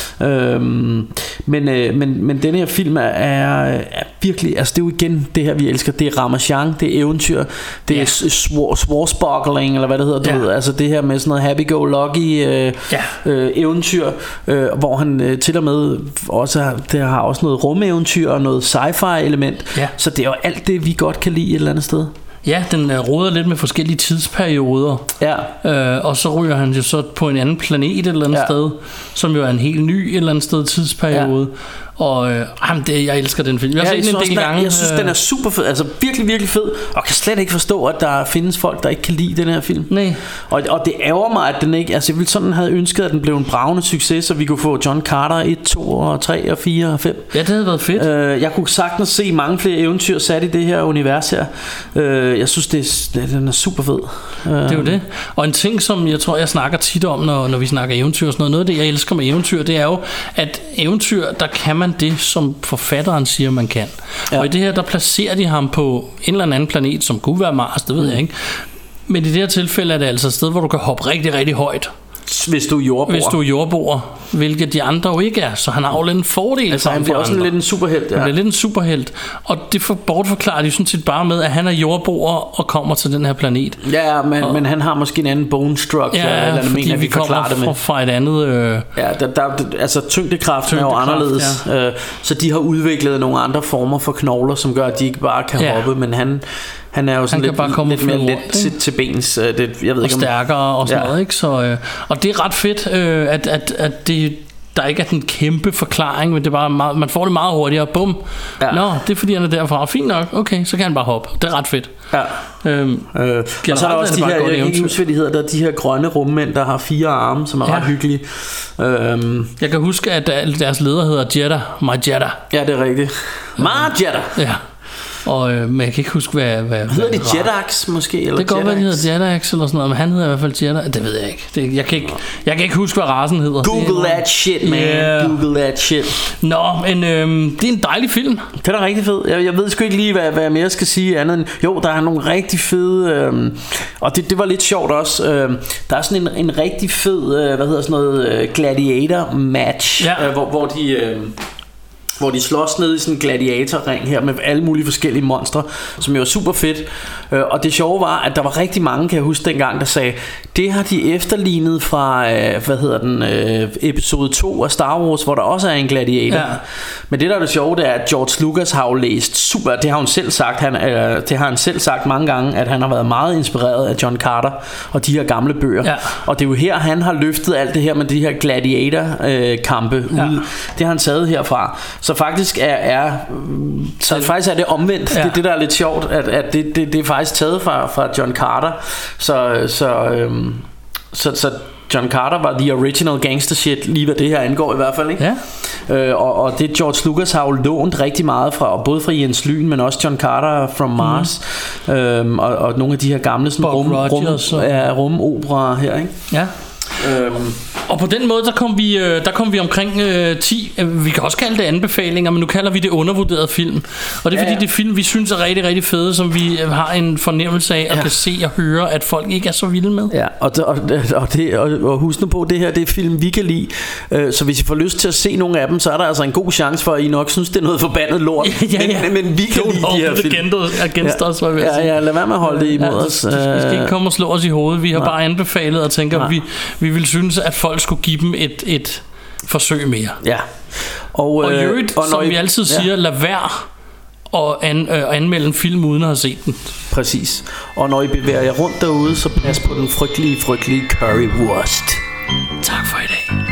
Men den her film er virkelig, altså det er jo igen det her, vi elsker. Det er Ramachan, det er eventyr, det er swashbuckling, eller hvad det hedder, du ved, altså det her med sådan noget happy-go-lucky eventyr, hvor han til og med også har også noget rumeventyr og noget sci-fi element, så det er jo alt det, vi godt kan lide et eller andet sted. Ja, den roder lidt med forskellige tidsperioder. Og så ryger han jo så på en anden planet et eller andet sted, som jo er en helt ny et eller andet sted tidsperiode. Og jeg elsker den film. Jeg har set den en del gange. Jeg synes den er super fed, altså virkelig virkelig fed, og kan slet ikke forstå, at der findes folk, der ikke kan lide den her film. Nej. Og det ærger mig, at den ikke, altså jeg ville sådan have ønsket, at den blev en bragende succes, så vi kunne få John Carter 1, 2 og 3 og 4 og 5. Ja, det havde været fedt. Jeg kunne sagtens se mange flere eventyr sat i det her univers her. Jeg synes den er super fed. Det er jo det. Og en ting, som jeg tror, jeg snakker tit om, når vi snakker eventyr og sådan noget af det, jeg elsker med eventyr, det er jo, at eventyr, der kan man det, som forfatteren siger, man kan. Og i det her, der placerer de ham på en eller anden planet, som kunne være Mars, det ved jeg ikke. Men i det her tilfælde er det altså et sted, hvor du kan hoppe rigtig, rigtig højt. Hvis du er jordboer. Hvilket de andre jo ikke er. Så han har jo lidt en fordel. Altså han bliver også lidt en superhelt. Han bliver lidt en superhelt. Og det bortforklarer de sådan set bare med, at han er jordboer og kommer til den her planet. Ja, men han har måske en anden bone structure. Ja, eller fordi vi kommer fra et andet... altså tyngdekraften er jo anderledes. Så de har udviklet nogle andre former for knogler, som gør, at de ikke bare kan hoppe. Men han er jo sådan lidt mere let til bens. Jeg ved ikke, stærkere og sådan noget, ikke? Så, og det er ret fedt, at det der ikke er den kæmpe forklaring, men det er bare meget, man får det meget hurtigere. Bum. Ja. Nå, det er fordi han er derfra. Fint nok. Okay, så kan han bare hoppe. Det er ret fedt. Ja. Og så er der også de her, jeg kan ikke huske, hvad de hedder, der er de her grønne rummænd, der har 4 arme, som er ret hyggelige. Jeg kan huske, at deres leder hedder Jedha. My Jedha. Ja, det er rigtigt. My Jedha. Ja. Men jeg kan ikke huske, hvad hedder de Jedax måske? Eller det kan godt være, de hedder Jedax eller sådan noget, men han hedder i hvert fald Jedha. Det ved jeg ikke. Jeg kan ikke huske, hvad rasen hedder. Google that shit, man. Yeah. Google that shit. Nå, men det er en dejlig film. Den er rigtig fed. Jeg ved sgu ikke lige, hvad jeg mere skal sige andet end, jo, der er nogle rigtig fede, og det var lidt sjovt også. Der er sådan en rigtig fed, hvad hedder sådan noget, gladiator match, hvor de slås ned i sådan en gladiatorring her med alle mulige forskellige monstre, som jo er super fedt. Og det sjove var, at der var rigtig mange, kan jeg huske dengang, der sagde, det har de efterlignet fra episode 2 af Star Wars, hvor der også er en gladiator. Ja. Men det der er det sjove, det er, at George Lucas har jo læst super, det har han selv sagt mange gange, at han har været meget inspireret af John Carter og de her gamle bøger. Ja. Og det er jo her, han har løftet alt det her med de her gladiator ud. Det har han taget herfra. Så faktisk faktisk er det omvendt. Det er det, der er lidt sjovt, at det er faktisk taget fra John Carter. Så John Carter var the original gangster shit, lige hvad det her angår i hvert fald, ikke? Ja. Og det George Lucas har jo lånt rigtig meget fra, både fra Jens Lyn, men også John Carter from Mars, og nogle af de her gamle rumoperaer her, ikke? Ja. Og på den måde der kom vi omkring 10, vi kan også kalde det anbefalinger, men nu kalder vi det undervurderet film. Og det er fordi det er film vi synes er rigtig, rigtig fede, som vi har en fornemmelse af og kan se og høre, at folk ikke er så vilde med. Ja, og husk nu på, det her det er film vi kan lide, så hvis I får lyst til at se nogle af dem, så er der altså en god chance for, at I nok synes det er noget forbandet lort. Men vi kan lide de her film. Lad være med at holde det imod os. Vi skal ikke komme og slå os i hovedet. Vi har bare anbefalet og tænker vi vil synes, at folk skulle give dem et forsøg mere. Ja. Og i øvrigt, som vi altid siger, lad være at anmelde en film uden at have set den. Præcis. Og når I bevæger jer rundt derude, så pas på den frygtelige currywurst. Tak for i dag.